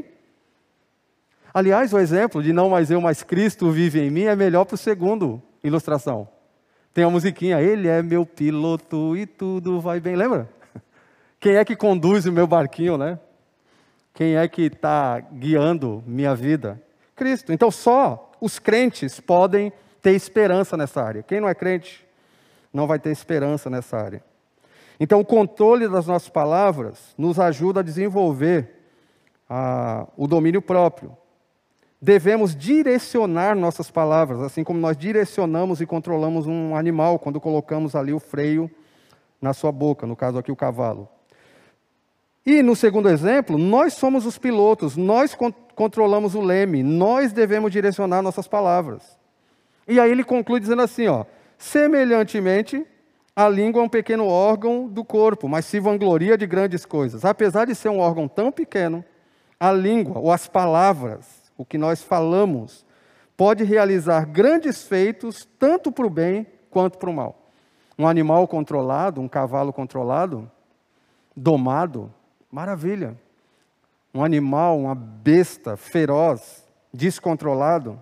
Speaker 1: Aliás, o exemplo de não mais eu, mas Cristo vive em mim é melhor para o segundo ilustração. Tem a musiquinha, ele é meu piloto e tudo vai bem. Lembra? Quem é que conduz o meu barquinho, né? Quem é que está guiando minha vida? Cristo. Então só os crentes podem ter esperança nessa área. Quem não é crente não vai ter esperança nessa área. Então o controle das nossas palavras nos ajuda a desenvolver o domínio próprio. Devemos direcionar nossas palavras, assim como nós direcionamos e controlamos um animal quando colocamos ali o freio na sua boca, no caso aqui o cavalo. E no segundo exemplo, nós somos os pilotos, nós controlamos o leme, nós devemos direcionar nossas palavras. E aí ele conclui dizendo assim, semelhantemente, a língua é um pequeno órgão do corpo, mas se vangloria de grandes coisas. Apesar de ser um órgão tão pequeno, a língua, ou as palavras, o que nós falamos, pode realizar grandes feitos, tanto para o bem quanto para o mal. Um animal controlado, um cavalo controlado, domado, maravilha. Um animal, uma besta feroz, descontrolado,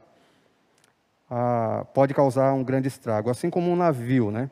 Speaker 1: pode causar um grande estrago. Assim como um navio, né?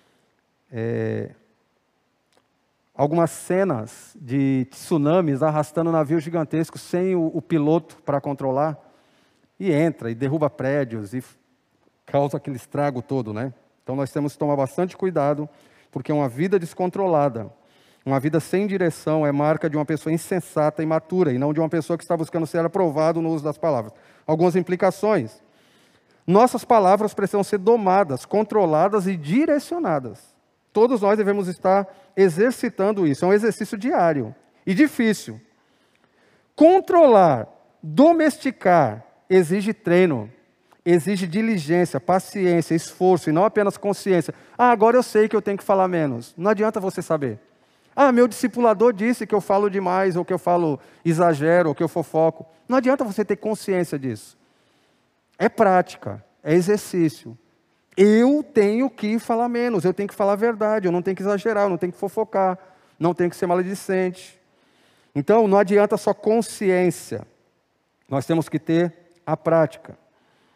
Speaker 1: Algumas cenas de tsunamis arrastando navios gigantescos sem o piloto para controlar, e entra e derruba prédios e causa aquele estrago todo, né? Então nós temos que tomar bastante cuidado, porque uma vida descontrolada, uma vida sem direção é marca de uma pessoa insensata e imatura, e não de uma pessoa que está buscando ser aprovado no uso das palavras. Algumas implicações. Nossas palavras precisam ser domadas, controladas e direcionadas. Todos nós devemos estar exercitando isso. É um exercício diário e difícil. Controlar, domesticar, exige treino, exige diligência, paciência, esforço e não apenas consciência. Agora eu sei que eu tenho que falar menos. Não adianta você saber. Meu discipulador disse que eu falo demais, ou que eu falo exagero, ou que eu fofoco. Não adianta você ter consciência disso. É prática, é exercício. Eu tenho que falar menos, eu tenho que falar a verdade, eu não tenho que exagerar, eu não tenho que fofocar, não tenho que ser maledicente. Então, não adianta só consciência, nós temos que ter a prática.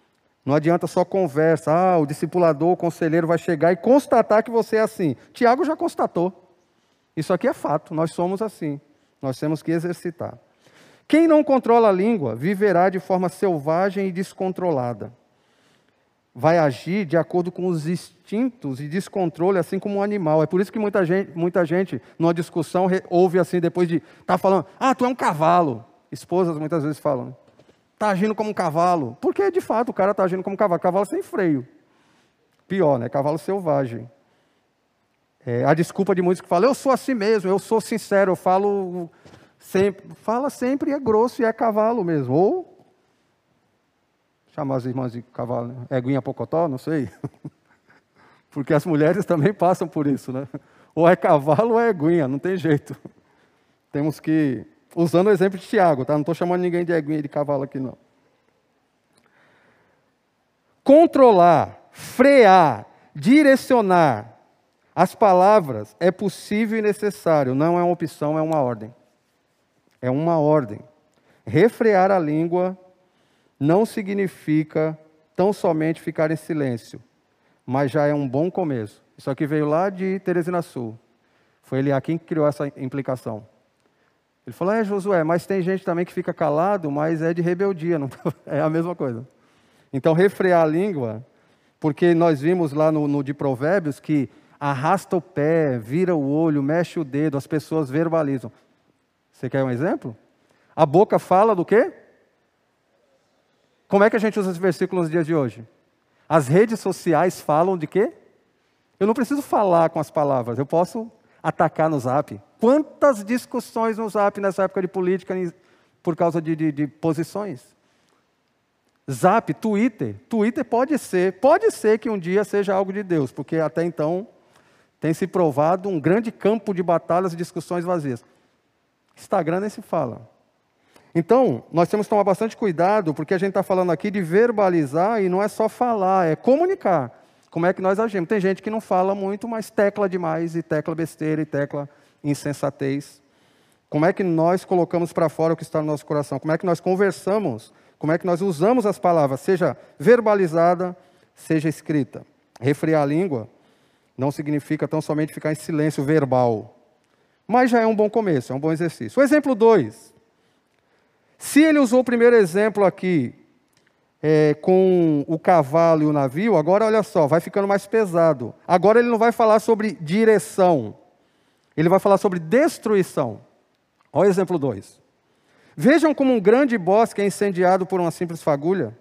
Speaker 1: Não adianta só conversa. O discipulador, o conselheiro vai chegar e constatar que você é assim. Tiago já constatou. Isso aqui é fato, nós somos assim. Nós temos que exercitar. Quem não controla a língua viverá de forma selvagem e descontrolada. Vai agir de acordo com os instintos e descontrole, assim como um animal. É por isso que muita gente numa discussão, ouve assim, depois de estar falando, tu é um cavalo. Esposas muitas vezes falam, está agindo como um cavalo. Porque, de fato, o cara está agindo como um cavalo. Cavalo sem freio. Pior, né? Cavalo selvagem. A desculpa de muitos que falam, eu sou assim mesmo, eu sou sincero, eu falo sempre. Fala sempre e é grosso e é cavalo mesmo. Ou chamar as irmãs de cavalo, né? Eguinha pocotó, não sei. Porque as mulheres também passam por isso, né? Ou é cavalo ou é eguinha, não tem jeito. Temos que... Usando o exemplo de Tiago, tá? Não estou chamando ninguém de eguinha e de cavalo aqui, não. Controlar, frear, direcionar as palavras é possível e necessário. Não é uma opção, é uma ordem. É uma ordem. Refrear a língua não significa tão somente ficar em silêncio, mas já é um bom começo. Isso aqui veio lá de Teresina Sul. Foi ele quem criou essa implicação. Ele falou, Josué, mas tem gente também que fica calado, mas é de rebeldia, não... é a mesma coisa. Então, refrear a língua, porque nós vimos lá no de Provérbios que arrasta o pé, vira o olho, mexe o dedo, as pessoas verbalizam. Você quer um exemplo? A boca fala do quê? Como é que a gente usa esse versículo nos dias de hoje? As redes sociais falam de quê? Eu não preciso falar com as palavras, eu posso atacar no Zap. Quantas discussões no Zap nessa época de política por causa de posições? Zap, Twitter pode ser que um dia seja algo de Deus, porque até então tem se provado um grande campo de batalhas e discussões vazias. Instagram nem se fala. Então, nós temos que tomar bastante cuidado, porque a gente está falando aqui de verbalizar e não é só falar, é comunicar. Como é que nós agimos? Tem gente que não fala muito, mas tecla demais, e tecla besteira, e tecla insensatez. Como é que nós colocamos para fora o que está no nosso coração? Como é que nós conversamos? Como é que nós usamos as palavras, seja verbalizada, seja escrita? Refrear a língua não significa tão somente ficar em silêncio verbal, mas já é um bom começo, é um bom exercício. O exemplo 2. Se ele usou o primeiro exemplo aqui, com o cavalo e o navio, agora olha só, vai ficando mais pesado. Agora ele não vai falar sobre direção, ele vai falar sobre destruição. Olha o exemplo 2. Vejam como um grande bosque é incendiado por uma simples fagulha.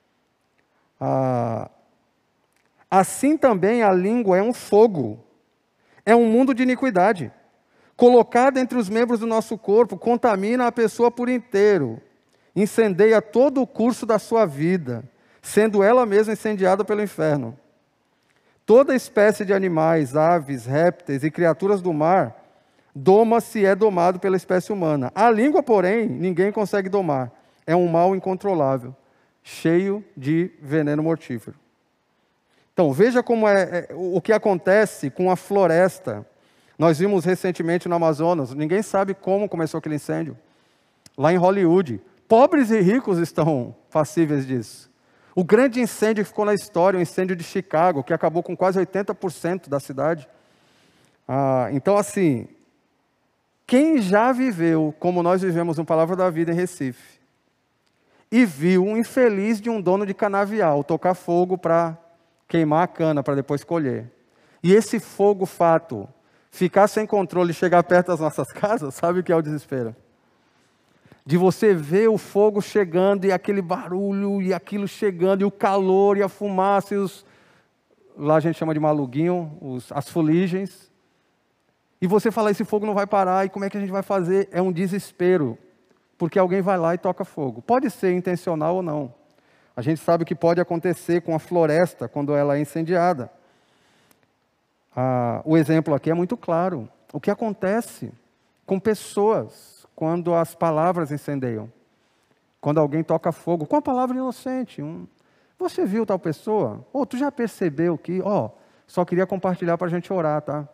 Speaker 1: Assim também a língua é um fogo, é um mundo de iniquidade. Colocada entre os membros do nosso corpo, contamina a pessoa por inteiro, incendeia todo o curso da sua vida, sendo ela mesma incendiada pelo inferno. Toda espécie de animais, aves, répteis e criaturas do mar, doma-se e é domado pela espécie humana. A língua, porém, ninguém consegue domar. É um mal incontrolável, cheio de veneno mortífero. Então, veja como o que acontece com a floresta. Nós vimos recentemente no Amazonas, ninguém sabe como começou aquele incêndio. Lá em Hollywood, pobres e ricos estão passíveis disso. O grande incêndio que ficou na história, o incêndio de Chicago, que acabou com quase 80% da cidade. Então, assim, quem já viveu, como nós vivemos no Palavra da Vida em Recife, e viu um infeliz de um dono de canavial tocar fogo para queimar a cana, para depois colher. E esse fogo fato ficar sem controle e chegar perto das nossas casas, sabe o que é o desespero? De você ver o fogo chegando e aquele barulho e aquilo chegando e o calor e a fumaça e lá a gente chama de maluguinho, as fuligens. E você fala, esse fogo não vai parar e como é que a gente vai fazer? É um desespero, porque alguém vai lá e toca fogo. Pode ser intencional ou não. A gente sabe o que pode acontecer com a floresta quando ela é incendiada. O exemplo aqui é muito claro. O que acontece com pessoas quando as palavras incendeiam? Quando alguém toca fogo com a palavra inocente. Você viu tal pessoa? Tu já percebeu que... só queria compartilhar para a gente orar, tá?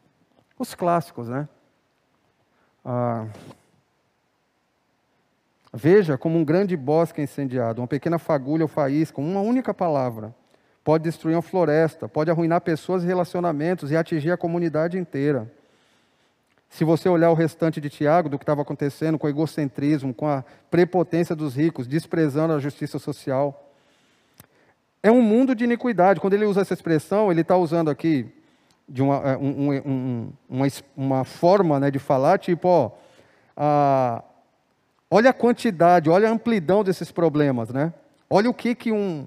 Speaker 1: Os clássicos, né? Veja como um grande bosque incendiado, uma pequena fagulha ou faísca, uma única palavra, pode destruir uma floresta, pode arruinar pessoas e relacionamentos e atingir a comunidade inteira. Se você olhar o restante de Tiago, do que estava acontecendo com o egocentrismo, com a prepotência dos ricos, desprezando a justiça social, é um mundo de iniquidade. Quando ele usa essa expressão, ele está usando aqui de uma forma, né, de falar, tipo, olha a quantidade, olha a amplidão desses problemas, né? Olha o que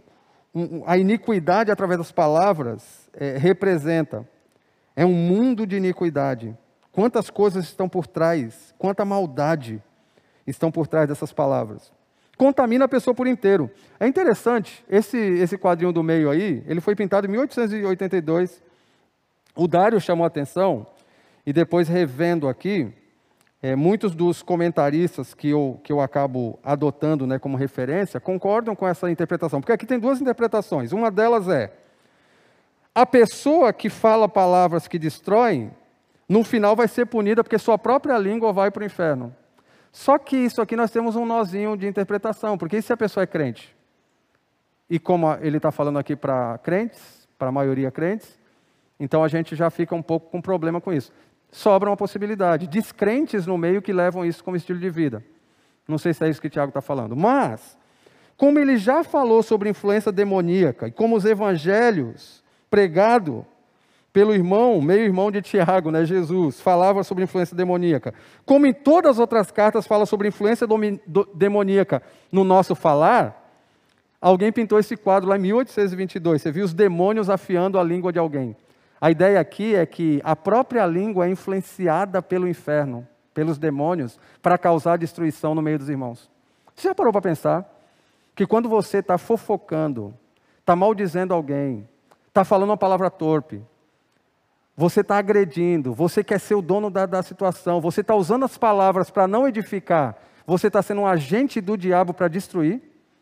Speaker 1: a iniquidade através das palavras representa. É um mundo de iniquidade. Quantas coisas estão por trás, quanta maldade estão por trás dessas palavras. Contamina a pessoa por inteiro. É interessante, esse quadrinho do meio aí, ele foi pintado em 1882. O Dário chamou a atenção, e depois revendo aqui, muitos dos comentaristas que eu acabo adotando, né, como referência, concordam com essa interpretação. Porque aqui tem duas interpretações. Uma delas é, a pessoa que fala palavras que destroem, no final vai ser punida porque sua própria língua vai para o inferno. Só que isso aqui nós temos um nozinho de interpretação, porque e se a pessoa é crente? E como ele está falando aqui para crentes, para a maioria crentes, então a gente já fica um pouco com problema com isso. Sobra uma possibilidade, descrentes no meio que levam isso como estilo de vida. Não sei se é isso que o Tiago está falando. Mas, como ele já falou sobre influência demoníaca, e como os evangelhos pregados pelo irmão, meio-irmão de Tiago, né, Jesus, falava sobre influência demoníaca, como em todas as outras cartas fala sobre influência demoníaca no nosso falar, alguém pintou esse quadro lá em 1822, você viu os demônios afiando a língua de alguém. A ideia aqui é que a própria língua é influenciada pelo inferno, pelos demônios, para causar destruição no meio dos irmãos. Você já parou para pensar que quando você está fofocando, está maldizendo alguém, está falando uma palavra torpe, você está agredindo, você quer ser o dono da situação, você está usando as palavras para não edificar, você está sendo um agente do diabo para destruir?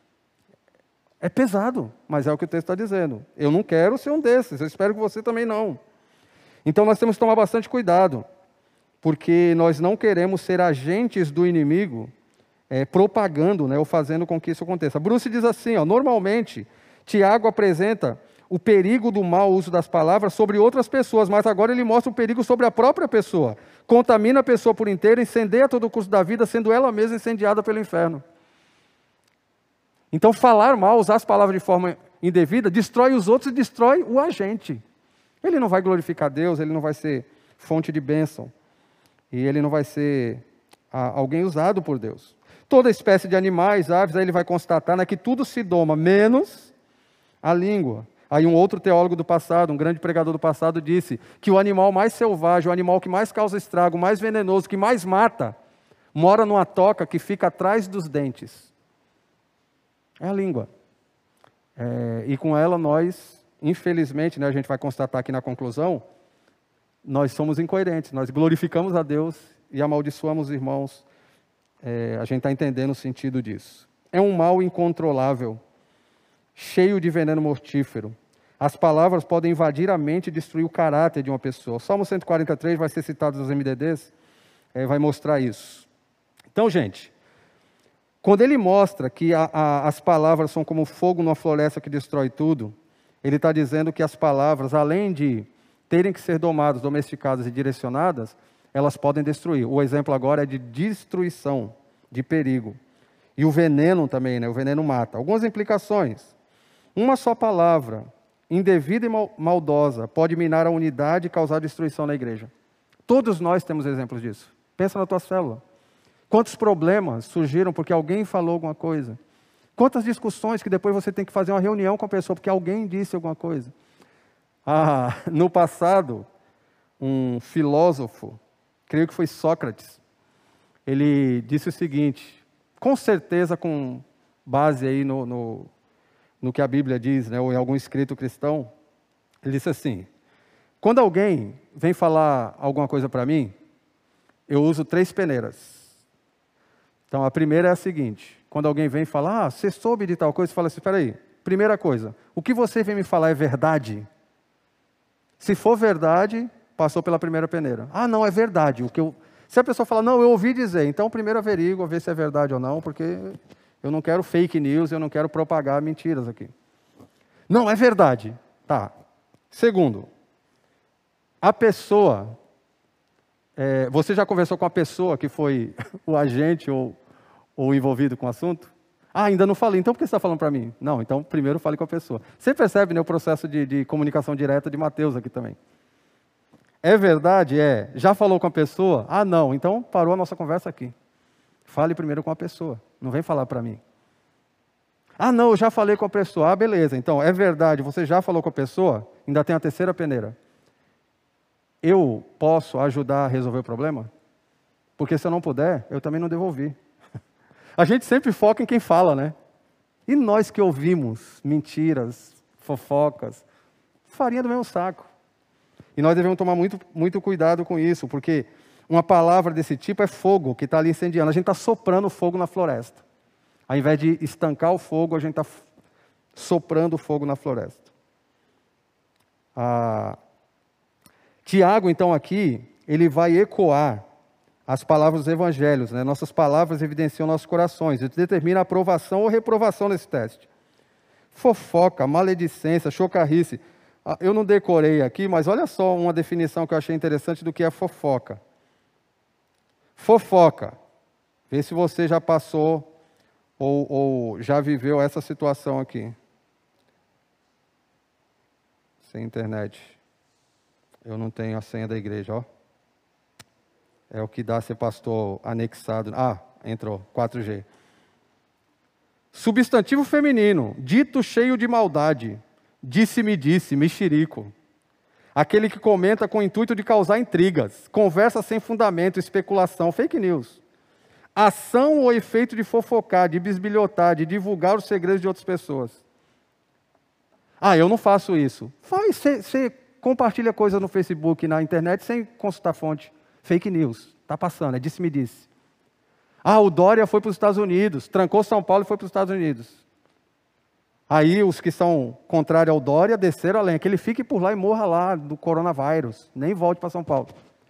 Speaker 1: É pesado, mas é o que o texto está dizendo. Eu não quero ser um desses, eu espero que você também não. Então nós temos que tomar bastante cuidado, porque nós não queremos ser agentes do inimigo, propagando, né, ou fazendo com que isso aconteça. Bruce diz assim, normalmente, Tiago apresenta o perigo do mau uso das palavras sobre outras pessoas, mas agora ele mostra o perigo sobre a própria pessoa. Contamina a pessoa por inteiro, incendeia todo o curso da vida, sendo ela mesma incendiada pelo inferno. Então, falar mal, usar as palavras de forma indevida, destrói os outros e destrói o agente. Ele não vai glorificar Deus, ele não vai ser fonte de bênção. E ele não vai ser alguém usado por Deus. Toda espécie de animais, aves, aí ele vai constatar, né, que tudo se doma, menos a língua. Aí um outro teólogo do passado, um grande pregador do passado, disse que o animal mais selvagem, o animal que mais causa estrago, mais venenoso, que mais mata, mora numa toca que fica atrás dos dentes. É a língua. E com ela nós, infelizmente, né, a gente vai constatar aqui na conclusão, nós somos incoerentes, nós glorificamos a Deus e amaldiçoamos os irmãos. A gente está entendendo o sentido disso. É um mal incontrolável, cheio de veneno mortífero. As palavras podem invadir a mente e destruir o caráter de uma pessoa. O Salmo 143 vai ser citado nos MDDs, vai mostrar isso. Então, gente, quando ele mostra que as palavras são como fogo numa floresta que destrói tudo, ele está dizendo que as palavras, além de terem que ser domadas, domesticadas e direcionadas, elas podem destruir. O exemplo agora é de destruição, de perigo. E o veneno também, né? O veneno mata. Algumas implicações. Uma só palavra, indevida e maldosa, pode minar a unidade e causar destruição na igreja. Todos nós temos exemplos disso. Pensa na tua célula. Quantos problemas surgiram porque alguém falou alguma coisa? Quantas discussões que depois você tem que fazer uma reunião com a pessoa porque alguém disse alguma coisa? No passado, um filósofo, creio que foi Sócrates, ele disse o seguinte, com certeza com base aí no que a Bíblia diz, né, ou em algum escrito cristão, ele disse assim, quando alguém vem falar alguma coisa para mim, eu uso 3 peneiras. Então, a primeira é a seguinte, quando alguém vem falar, você soube de tal coisa, você fala assim, espera aí, primeira coisa, o que você vem me falar é verdade? Se for verdade, passou pela primeira peneira. Não, é verdade, Se a pessoa fala, não, eu ouvi dizer, então primeiro averigua, ver se é verdade ou não, porque eu não quero fake news, eu não quero propagar mentiras aqui. Não, é verdade. Tá. Segundo, a pessoa, você já conversou com a pessoa que foi o agente ou envolvido com o assunto? Ah, ainda não falei, então por que você está falando para mim? Não, então primeiro fale com a pessoa. Você percebe, né, o processo de comunicação direta de Mateus aqui também. É verdade? É. Já falou com a pessoa? Ah, não, então parou a nossa conversa aqui. Fale primeiro com a pessoa, não vem falar para mim. Ah, não, eu já falei com a pessoa. Ah, beleza, então é verdade, você já falou com a pessoa? Ainda tem a terceira peneira. Eu posso ajudar a resolver o problema? Porque se eu não puder, eu também não devolvi. A gente sempre foca em quem fala, né? E nós que ouvimos mentiras, fofocas, farinha do mesmo saco. E nós devemos tomar muito, muito cuidado com isso, porque uma palavra desse tipo é fogo que está ali incendiando. A gente está soprando fogo na floresta. Ao invés de estancar o fogo, a gente está soprando fogo na floresta. Tiago, então, aqui, ele vai ecoar as palavras dos evangelhos, né? Nossas palavras evidenciam nossos corações e determina a aprovação ou reprovação nesse teste. Fofoca, maledicência, chocarrice. Eu não decorei aqui, mas olha só uma definição que eu achei interessante do que é fofoca. Fofoca. Vê se você já passou ou já viveu essa situação aqui. Sem internet. Eu não tenho a senha da igreja, ó. É o que dá ser pastor anexado. Ah, entrou, 4G. Substantivo feminino, dito cheio de maldade. Disse-me disse, mexerico. Aquele que comenta com o intuito de causar intrigas. Conversa sem fundamento, especulação, fake news. Ação ou efeito de fofocar, de bisbilhotar, de divulgar os segredos de outras pessoas. Ah, eu não faço isso. Faz, você compartilha coisa no Facebook e na internet sem consultar fonte. Fake news. Está passando, é disse-me disse. Ah, o Dória foi para os Estados Unidos, trancou São Paulo e foi para os Estados Unidos. Aí os que são contrários ao Dória desceram além, que ele fique por lá e morra lá do coronavírus, nem volte para São Paulo.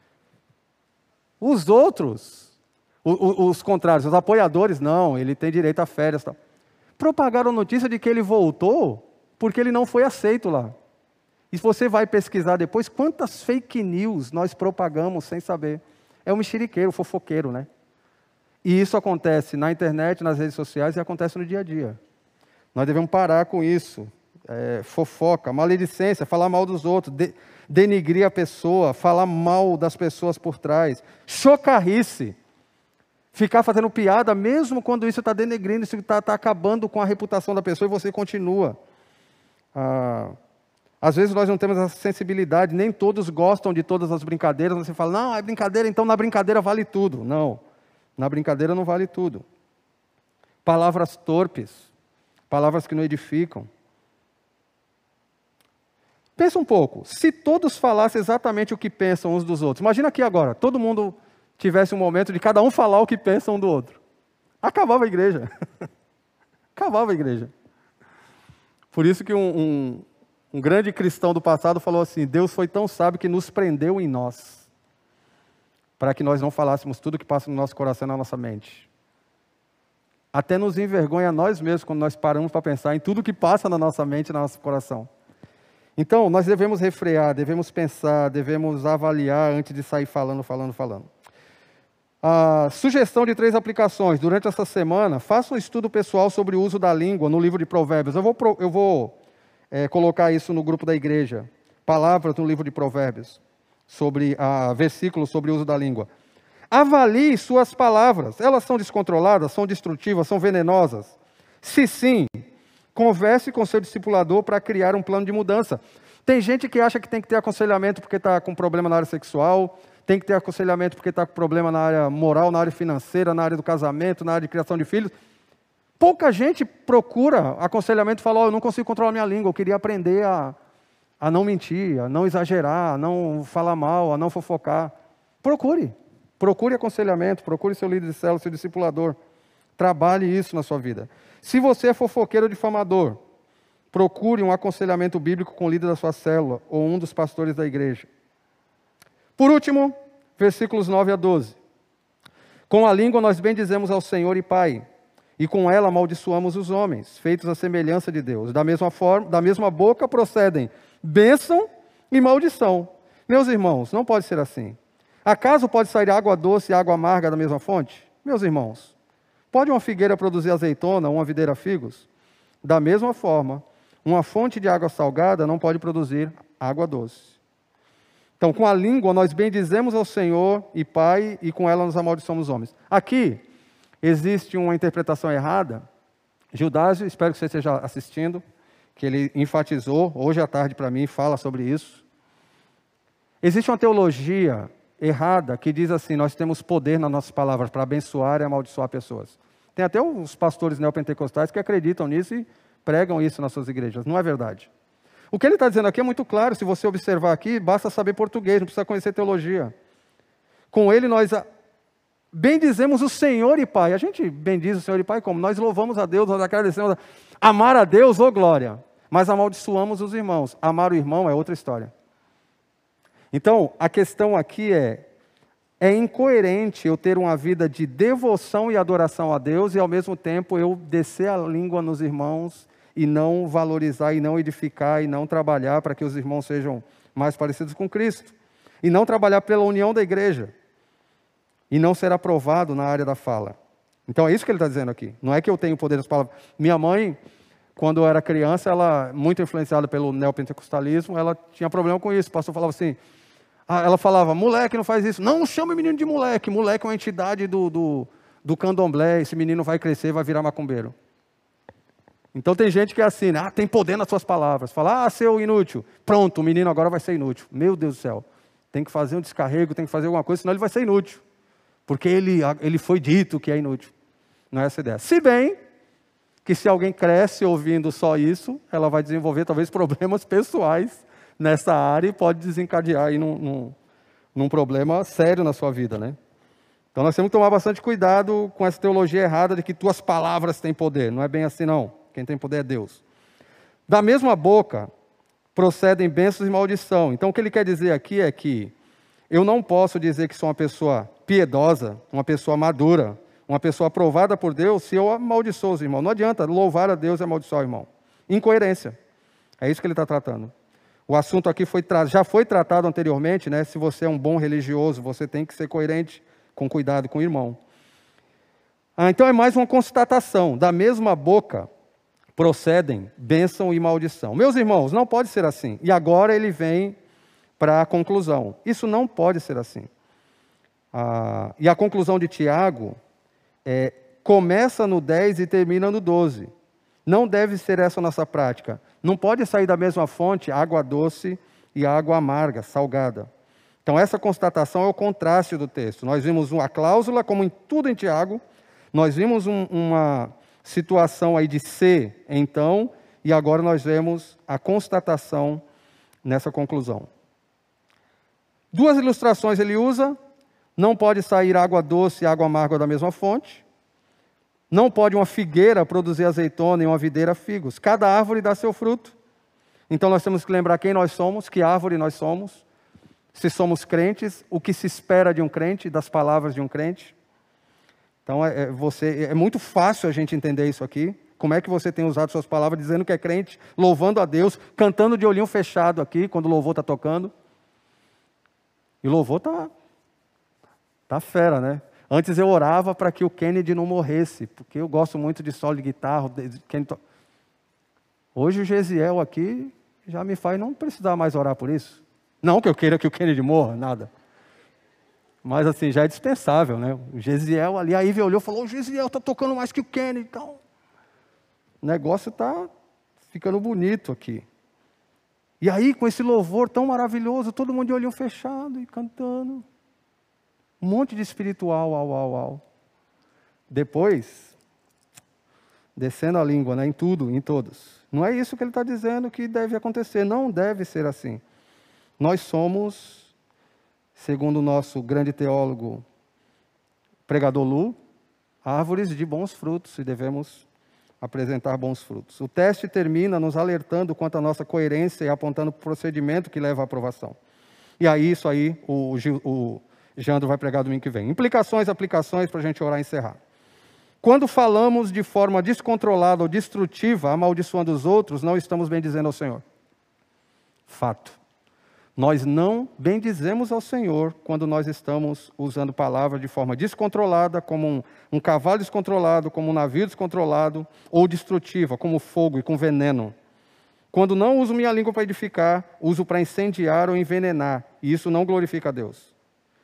Speaker 1: Os outros, os contrários, os apoiadores, não, ele tem direito a férias. Tal. Propagaram a notícia de que ele voltou porque ele não foi aceito lá. E se você vai pesquisar depois, quantas fake news nós propagamos sem saber? É um mexeriqueiro, fofoqueiro, né? E isso acontece na internet, nas redes sociais e acontece no dia a dia. Nós devemos parar com isso. Fofoca, maledicência, falar mal dos outros, denigrir a pessoa, falar mal das pessoas por trás. Chocarrice. Ficar fazendo piada, mesmo quando isso está denegrindo, isso está acabando com a reputação da pessoa e você continua. Às vezes nós não temos essa sensibilidade, nem todos gostam de todas as brincadeiras. Você fala, não, é brincadeira, então na brincadeira vale tudo. Não, na brincadeira não vale tudo. Palavras torpes, palavras que não edificam. Pensa um pouco, se todos falassem exatamente o que pensam uns dos outros, imagina aqui agora, todo mundo tivesse um momento de cada um falar o que pensa um do outro. Acabava a igreja. Acabava a igreja. Por isso que um grande cristão do passado falou assim, Deus foi tão sábio que nos prendeu em nós, para que nós não falássemos tudo que passa no nosso coração e na nossa mente. Até nos envergonha nós mesmos quando nós paramos para pensar em tudo que passa na nossa mente e no nosso coração. Então, nós devemos refrear, devemos pensar, devemos avaliar antes de sair falando. A sugestão de 3 aplicações. Durante essa semana, faça um estudo pessoal sobre o uso da língua no livro de Provérbios. Eu vou colocar isso no grupo da igreja. Palavras no livro de Provérbios, versículos sobre o uso da língua. Avalie suas palavras. Elas são descontroladas, são destrutivas, são venenosas? Se sim, converse com seu discipulador para criar um plano de mudança. Tem gente que acha que tem que ter aconselhamento porque está com problema na área sexual, tem que ter aconselhamento porque está com problema na área moral, na área financeira, na área do casamento, na área de criação de filhos. Pouca gente procura aconselhamento e fala, eu não consigo controlar minha língua, eu queria aprender a não mentir, a não exagerar, a não falar mal, a não fofocar. Procure aconselhamento, procure seu líder de célula, seu discipulador. Trabalhe isso na sua vida. Se você é fofoqueiro ou difamador, procure um aconselhamento bíblico com o líder da sua célula ou um dos pastores da igreja. Por último, versículos 9 a 12. Com a língua nós bendizemos ao Senhor e Pai, e com ela amaldiçoamos os homens, feitos à semelhança de Deus. Da mesma boca procedem bênção e maldição. Meus irmãos, não pode ser assim. Acaso pode sair água doce e água amarga da mesma fonte? Meus irmãos, pode uma figueira produzir azeitona ou uma videira figos? Da mesma forma, uma fonte de água salgada não pode produzir água doce. Então, com a língua nós bendizemos ao Senhor e Pai, e com ela nos amaldiçoamos os homens. Aqui existe uma interpretação errada. Gildásio, espero que você esteja assistindo, que ele enfatizou, hoje à tarde para mim, fala sobre isso. Existe uma teologia errada que diz assim, nós temos poder nas nossas palavras para abençoar e amaldiçoar pessoas. Tem até os pastores neopentecostais que acreditam nisso e pregam isso nas suas igrejas. Não é verdade. O que ele está dizendo aqui é muito claro, se você observar aqui, basta saber português, não precisa conhecer teologia. Com ele nós bendizemos o Senhor e Pai. A gente bendiz o Senhor e Pai como? Nós louvamos a Deus, nós agradecemos. Amar a Deus, ô glória. Mas amaldiçoamos os irmãos. Amar o irmão é outra história. Então, a questão aqui é incoerente eu ter uma vida de devoção e adoração a Deus e ao mesmo tempo eu descer a língua nos irmãos e não valorizar, e não edificar, e não trabalhar para que os irmãos sejam mais parecidos com Cristo. E não trabalhar pela união da igreja. E não ser aprovado na área da fala. Então é isso que ele está dizendo aqui. Não é que eu tenho poder das palavras. Minha mãe, quando eu era criança, ela, muito influenciada pelo neopentecostalismo, ela tinha problema com isso. O pastor falava assim, ela falava, moleque, não faz isso. Não chame o menino de moleque. Moleque é uma entidade do candomblé. Esse menino vai crescer, vai virar macumbeiro. Então tem gente que é assim, tem poder nas suas palavras. Fala, seu inútil. Pronto, o menino agora vai ser inútil. Meu Deus do céu. Tem que fazer um descarrego, tem que fazer alguma coisa, senão ele vai ser inútil. Porque ele foi dito que é inútil. Não é essa a ideia. Se bem que se alguém cresce ouvindo só isso, ela vai desenvolver talvez problemas pessoais nessa área e pode desencadear aí num problema sério na sua vida, né? Então nós temos que tomar bastante cuidado com essa teologia errada de que tuas palavras têm poder. Não é bem assim não. Quem tem poder é Deus. Da mesma boca procedem bênçãos e maldição. Então o que ele quer dizer aqui é que eu não posso dizer que sou uma pessoa piedosa, uma pessoa madura, uma pessoa aprovada por Deus, se eu amaldiçoo os irmãos. Não adianta louvar a Deus e amaldiçoar o irmão. Incoerência. É isso que ele está tratando. O assunto aqui já foi tratado anteriormente, né? Se você é um bom religioso, você tem que ser coerente, com cuidado com o irmão. Então é mais uma constatação. Da mesma boca procedem bênção e maldição. Meus irmãos, não pode ser assim. E agora ele vem para a conclusão. Isso não pode ser assim. E a conclusão de Tiago começa no 10 e termina no 12. Não deve ser essa a nossa prática. Não pode sair da mesma fonte água doce e água amarga, salgada. Então essa constatação é o contraste do texto. Nós vimos uma cláusula, como em tudo em Tiago, nós vimos uma situação aí de ser, então, e agora nós vemos a constatação nessa conclusão. Duas ilustrações ele usa. Não pode sair água doce e água amarga da mesma fonte. Não pode uma figueira produzir azeitona e uma videira figos. Cada árvore dá seu fruto. Então nós temos que lembrar quem nós somos, que árvore nós somos. Se somos crentes, o que se espera de um crente, das palavras de um crente. Então é muito fácil a gente entender isso aqui. Como é que você tem usado suas palavras dizendo que é crente, louvando a Deus, cantando de olhinho fechado aqui, quando o louvor está tocando. E o louvor tá fera, né? Antes eu orava para que o Kennedy não morresse, porque eu gosto muito de solo de guitarra. Hoje o Gesiel aqui já me faz não precisar mais orar por isso. Não que eu queira que o Kennedy morra, nada. Mas assim, já é dispensável, né? O Gesiel ali, a Ivy olhou e falou, o Gesiel está tocando mais que o Kennedy. Então, o negócio está ficando bonito aqui. E aí, com esse louvor tão maravilhoso, todo mundo de olhinho fechado e cantando. Um monte de espiritual, au. Depois, descendo a língua, né, em tudo, em todos. Não é isso que ele está dizendo que deve acontecer. Não deve ser assim. Nós somos, segundo o nosso grande teólogo, pregador Lu, árvores de bons frutos e devemos apresentar bons frutos. O teste termina nos alertando quanto à nossa coerência e apontando o procedimento que leva à aprovação. E aí, isso aí, o Jandro vai pregar domingo que vem. Implicações, aplicações, para a gente orar e encerrar. Quando falamos de forma descontrolada ou destrutiva, amaldiçoando os outros, não estamos bendizendo ao Senhor. Fato. Nós não bendizemos ao Senhor quando nós estamos usando palavras de forma descontrolada, como um cavalo descontrolado, como um navio descontrolado, ou destrutiva, como fogo e com veneno. Quando não uso minha língua para edificar, uso para incendiar ou envenenar, e isso não glorifica a Deus.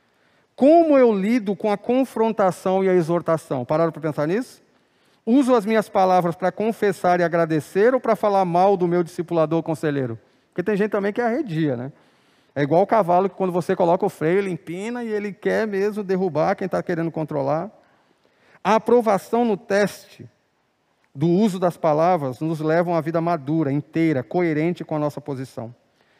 Speaker 1: Como eu lido com a confrontação e a exortação? Pararam para pensar nisso? Uso as minhas palavras para confessar e agradecer ou para falar mal do meu discipulador ou conselheiro? Porque tem gente também que arredia, né? É igual o cavalo que quando você coloca o freio, ele empina e ele quer mesmo derrubar quem está querendo controlar. A aprovação no teste do uso das palavras nos leva a uma vida madura, inteira, coerente com a nossa posição.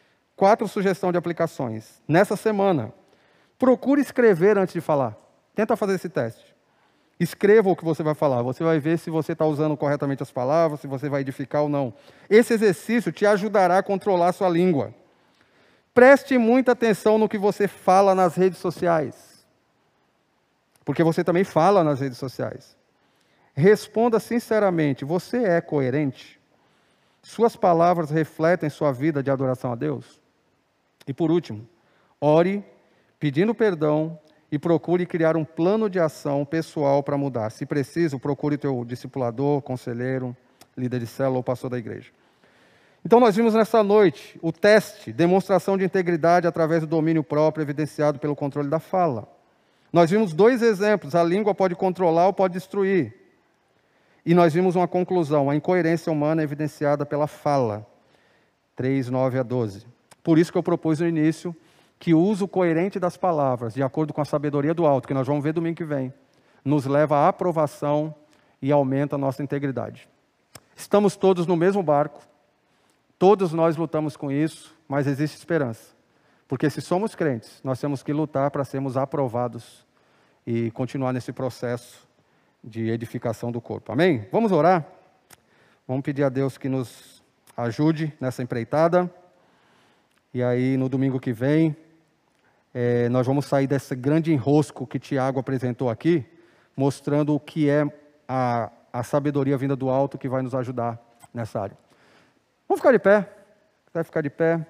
Speaker 1: 4 sugestões de aplicações. Nessa semana, procure escrever antes de falar. Tenta fazer esse teste. Escreva o que você vai falar. Você vai ver se você está usando corretamente as palavras, se você vai edificar ou não. Esse exercício te ajudará a controlar a sua língua. Preste muita atenção no que você fala nas redes sociais. Porque você também fala nas redes sociais. Responda sinceramente, você é coerente? Suas palavras refletem sua vida de adoração a Deus? E por último, ore pedindo perdão e procure criar um plano de ação pessoal para mudar. Se preciso, procure teu discipulador, conselheiro, líder de célula ou pastor da igreja. Então nós vimos nessa noite o teste, demonstração de integridade através do domínio próprio evidenciado pelo controle da fala. Nós vimos 2 exemplos, a língua pode controlar ou pode destruir. E nós vimos uma conclusão, a incoerência humana evidenciada pela fala. 3, 9 a 12. Por isso que eu propus no início que o uso coerente das palavras, de acordo com a sabedoria do alto, que nós vamos ver domingo que vem, nos leva à aprovação e aumenta a nossa integridade. Estamos todos no mesmo barco, todos nós lutamos com isso, mas existe esperança. Porque se somos crentes, nós temos que lutar para sermos aprovados e continuar nesse processo de edificação do corpo. Amém? Vamos orar? Vamos pedir a Deus que nos ajude nessa empreitada. E aí, no domingo que vem, nós vamos sair desse grande enrosco que Tiago apresentou aqui, mostrando o que é a sabedoria vinda do alto que vai nos ajudar nessa área. Vamos ficar de pé. Vai ficar de pé.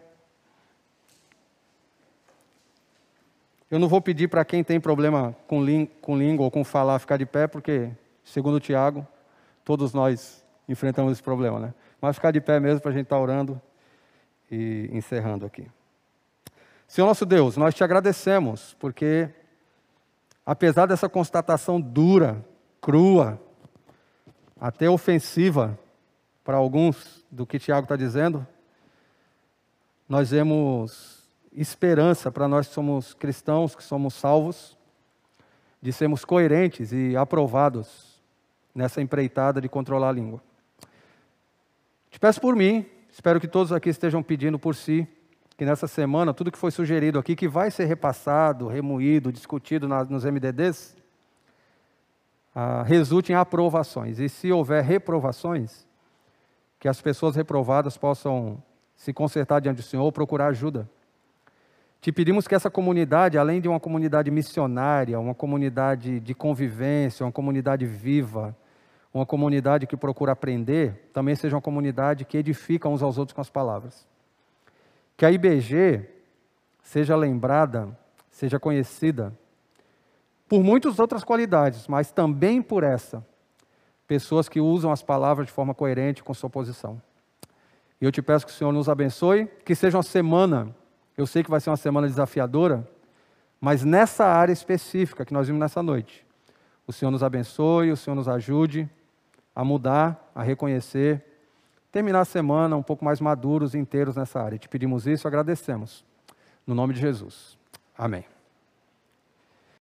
Speaker 1: Eu não vou pedir para quem tem problema com língua ou com falar ficar de pé, porque, segundo o Tiago, todos nós enfrentamos esse problema, né? Mas ficar de pé mesmo para a gente estar orando e encerrando aqui. Senhor nosso Deus, nós te agradecemos, porque apesar dessa constatação dura, crua, até ofensiva para alguns do que Tiago está dizendo, nós vemos esperança para nós que somos cristãos, que somos salvos, de sermos coerentes e aprovados nessa empreitada de controlar a língua. Te peço por mim, espero que todos aqui estejam pedindo por si, que nessa semana, tudo que foi sugerido aqui, que vai ser repassado, remoído, discutido nos MDDs, resulte em aprovações. E se houver reprovações, que as pessoas reprovadas possam se consertar diante do Senhor ou procurar ajuda. Te pedimos que essa comunidade, além de uma comunidade missionária, uma comunidade de convivência, uma comunidade viva, uma comunidade que procura aprender, também seja uma comunidade que edifica uns aos outros com as palavras. Que a IBG seja lembrada, seja conhecida por muitas outras qualidades, mas também por essa. Pessoas que usam as palavras de forma coerente com sua posição. E eu te peço que o Senhor nos abençoe, que seja uma semana, eu sei que vai ser uma semana desafiadora, mas nessa área específica que nós vimos nessa noite, o Senhor nos abençoe, o Senhor nos ajude a mudar, a reconhecer, terminar a semana um pouco mais maduros e inteiros nessa área. Te pedimos isso, agradecemos. No nome de Jesus. Amém.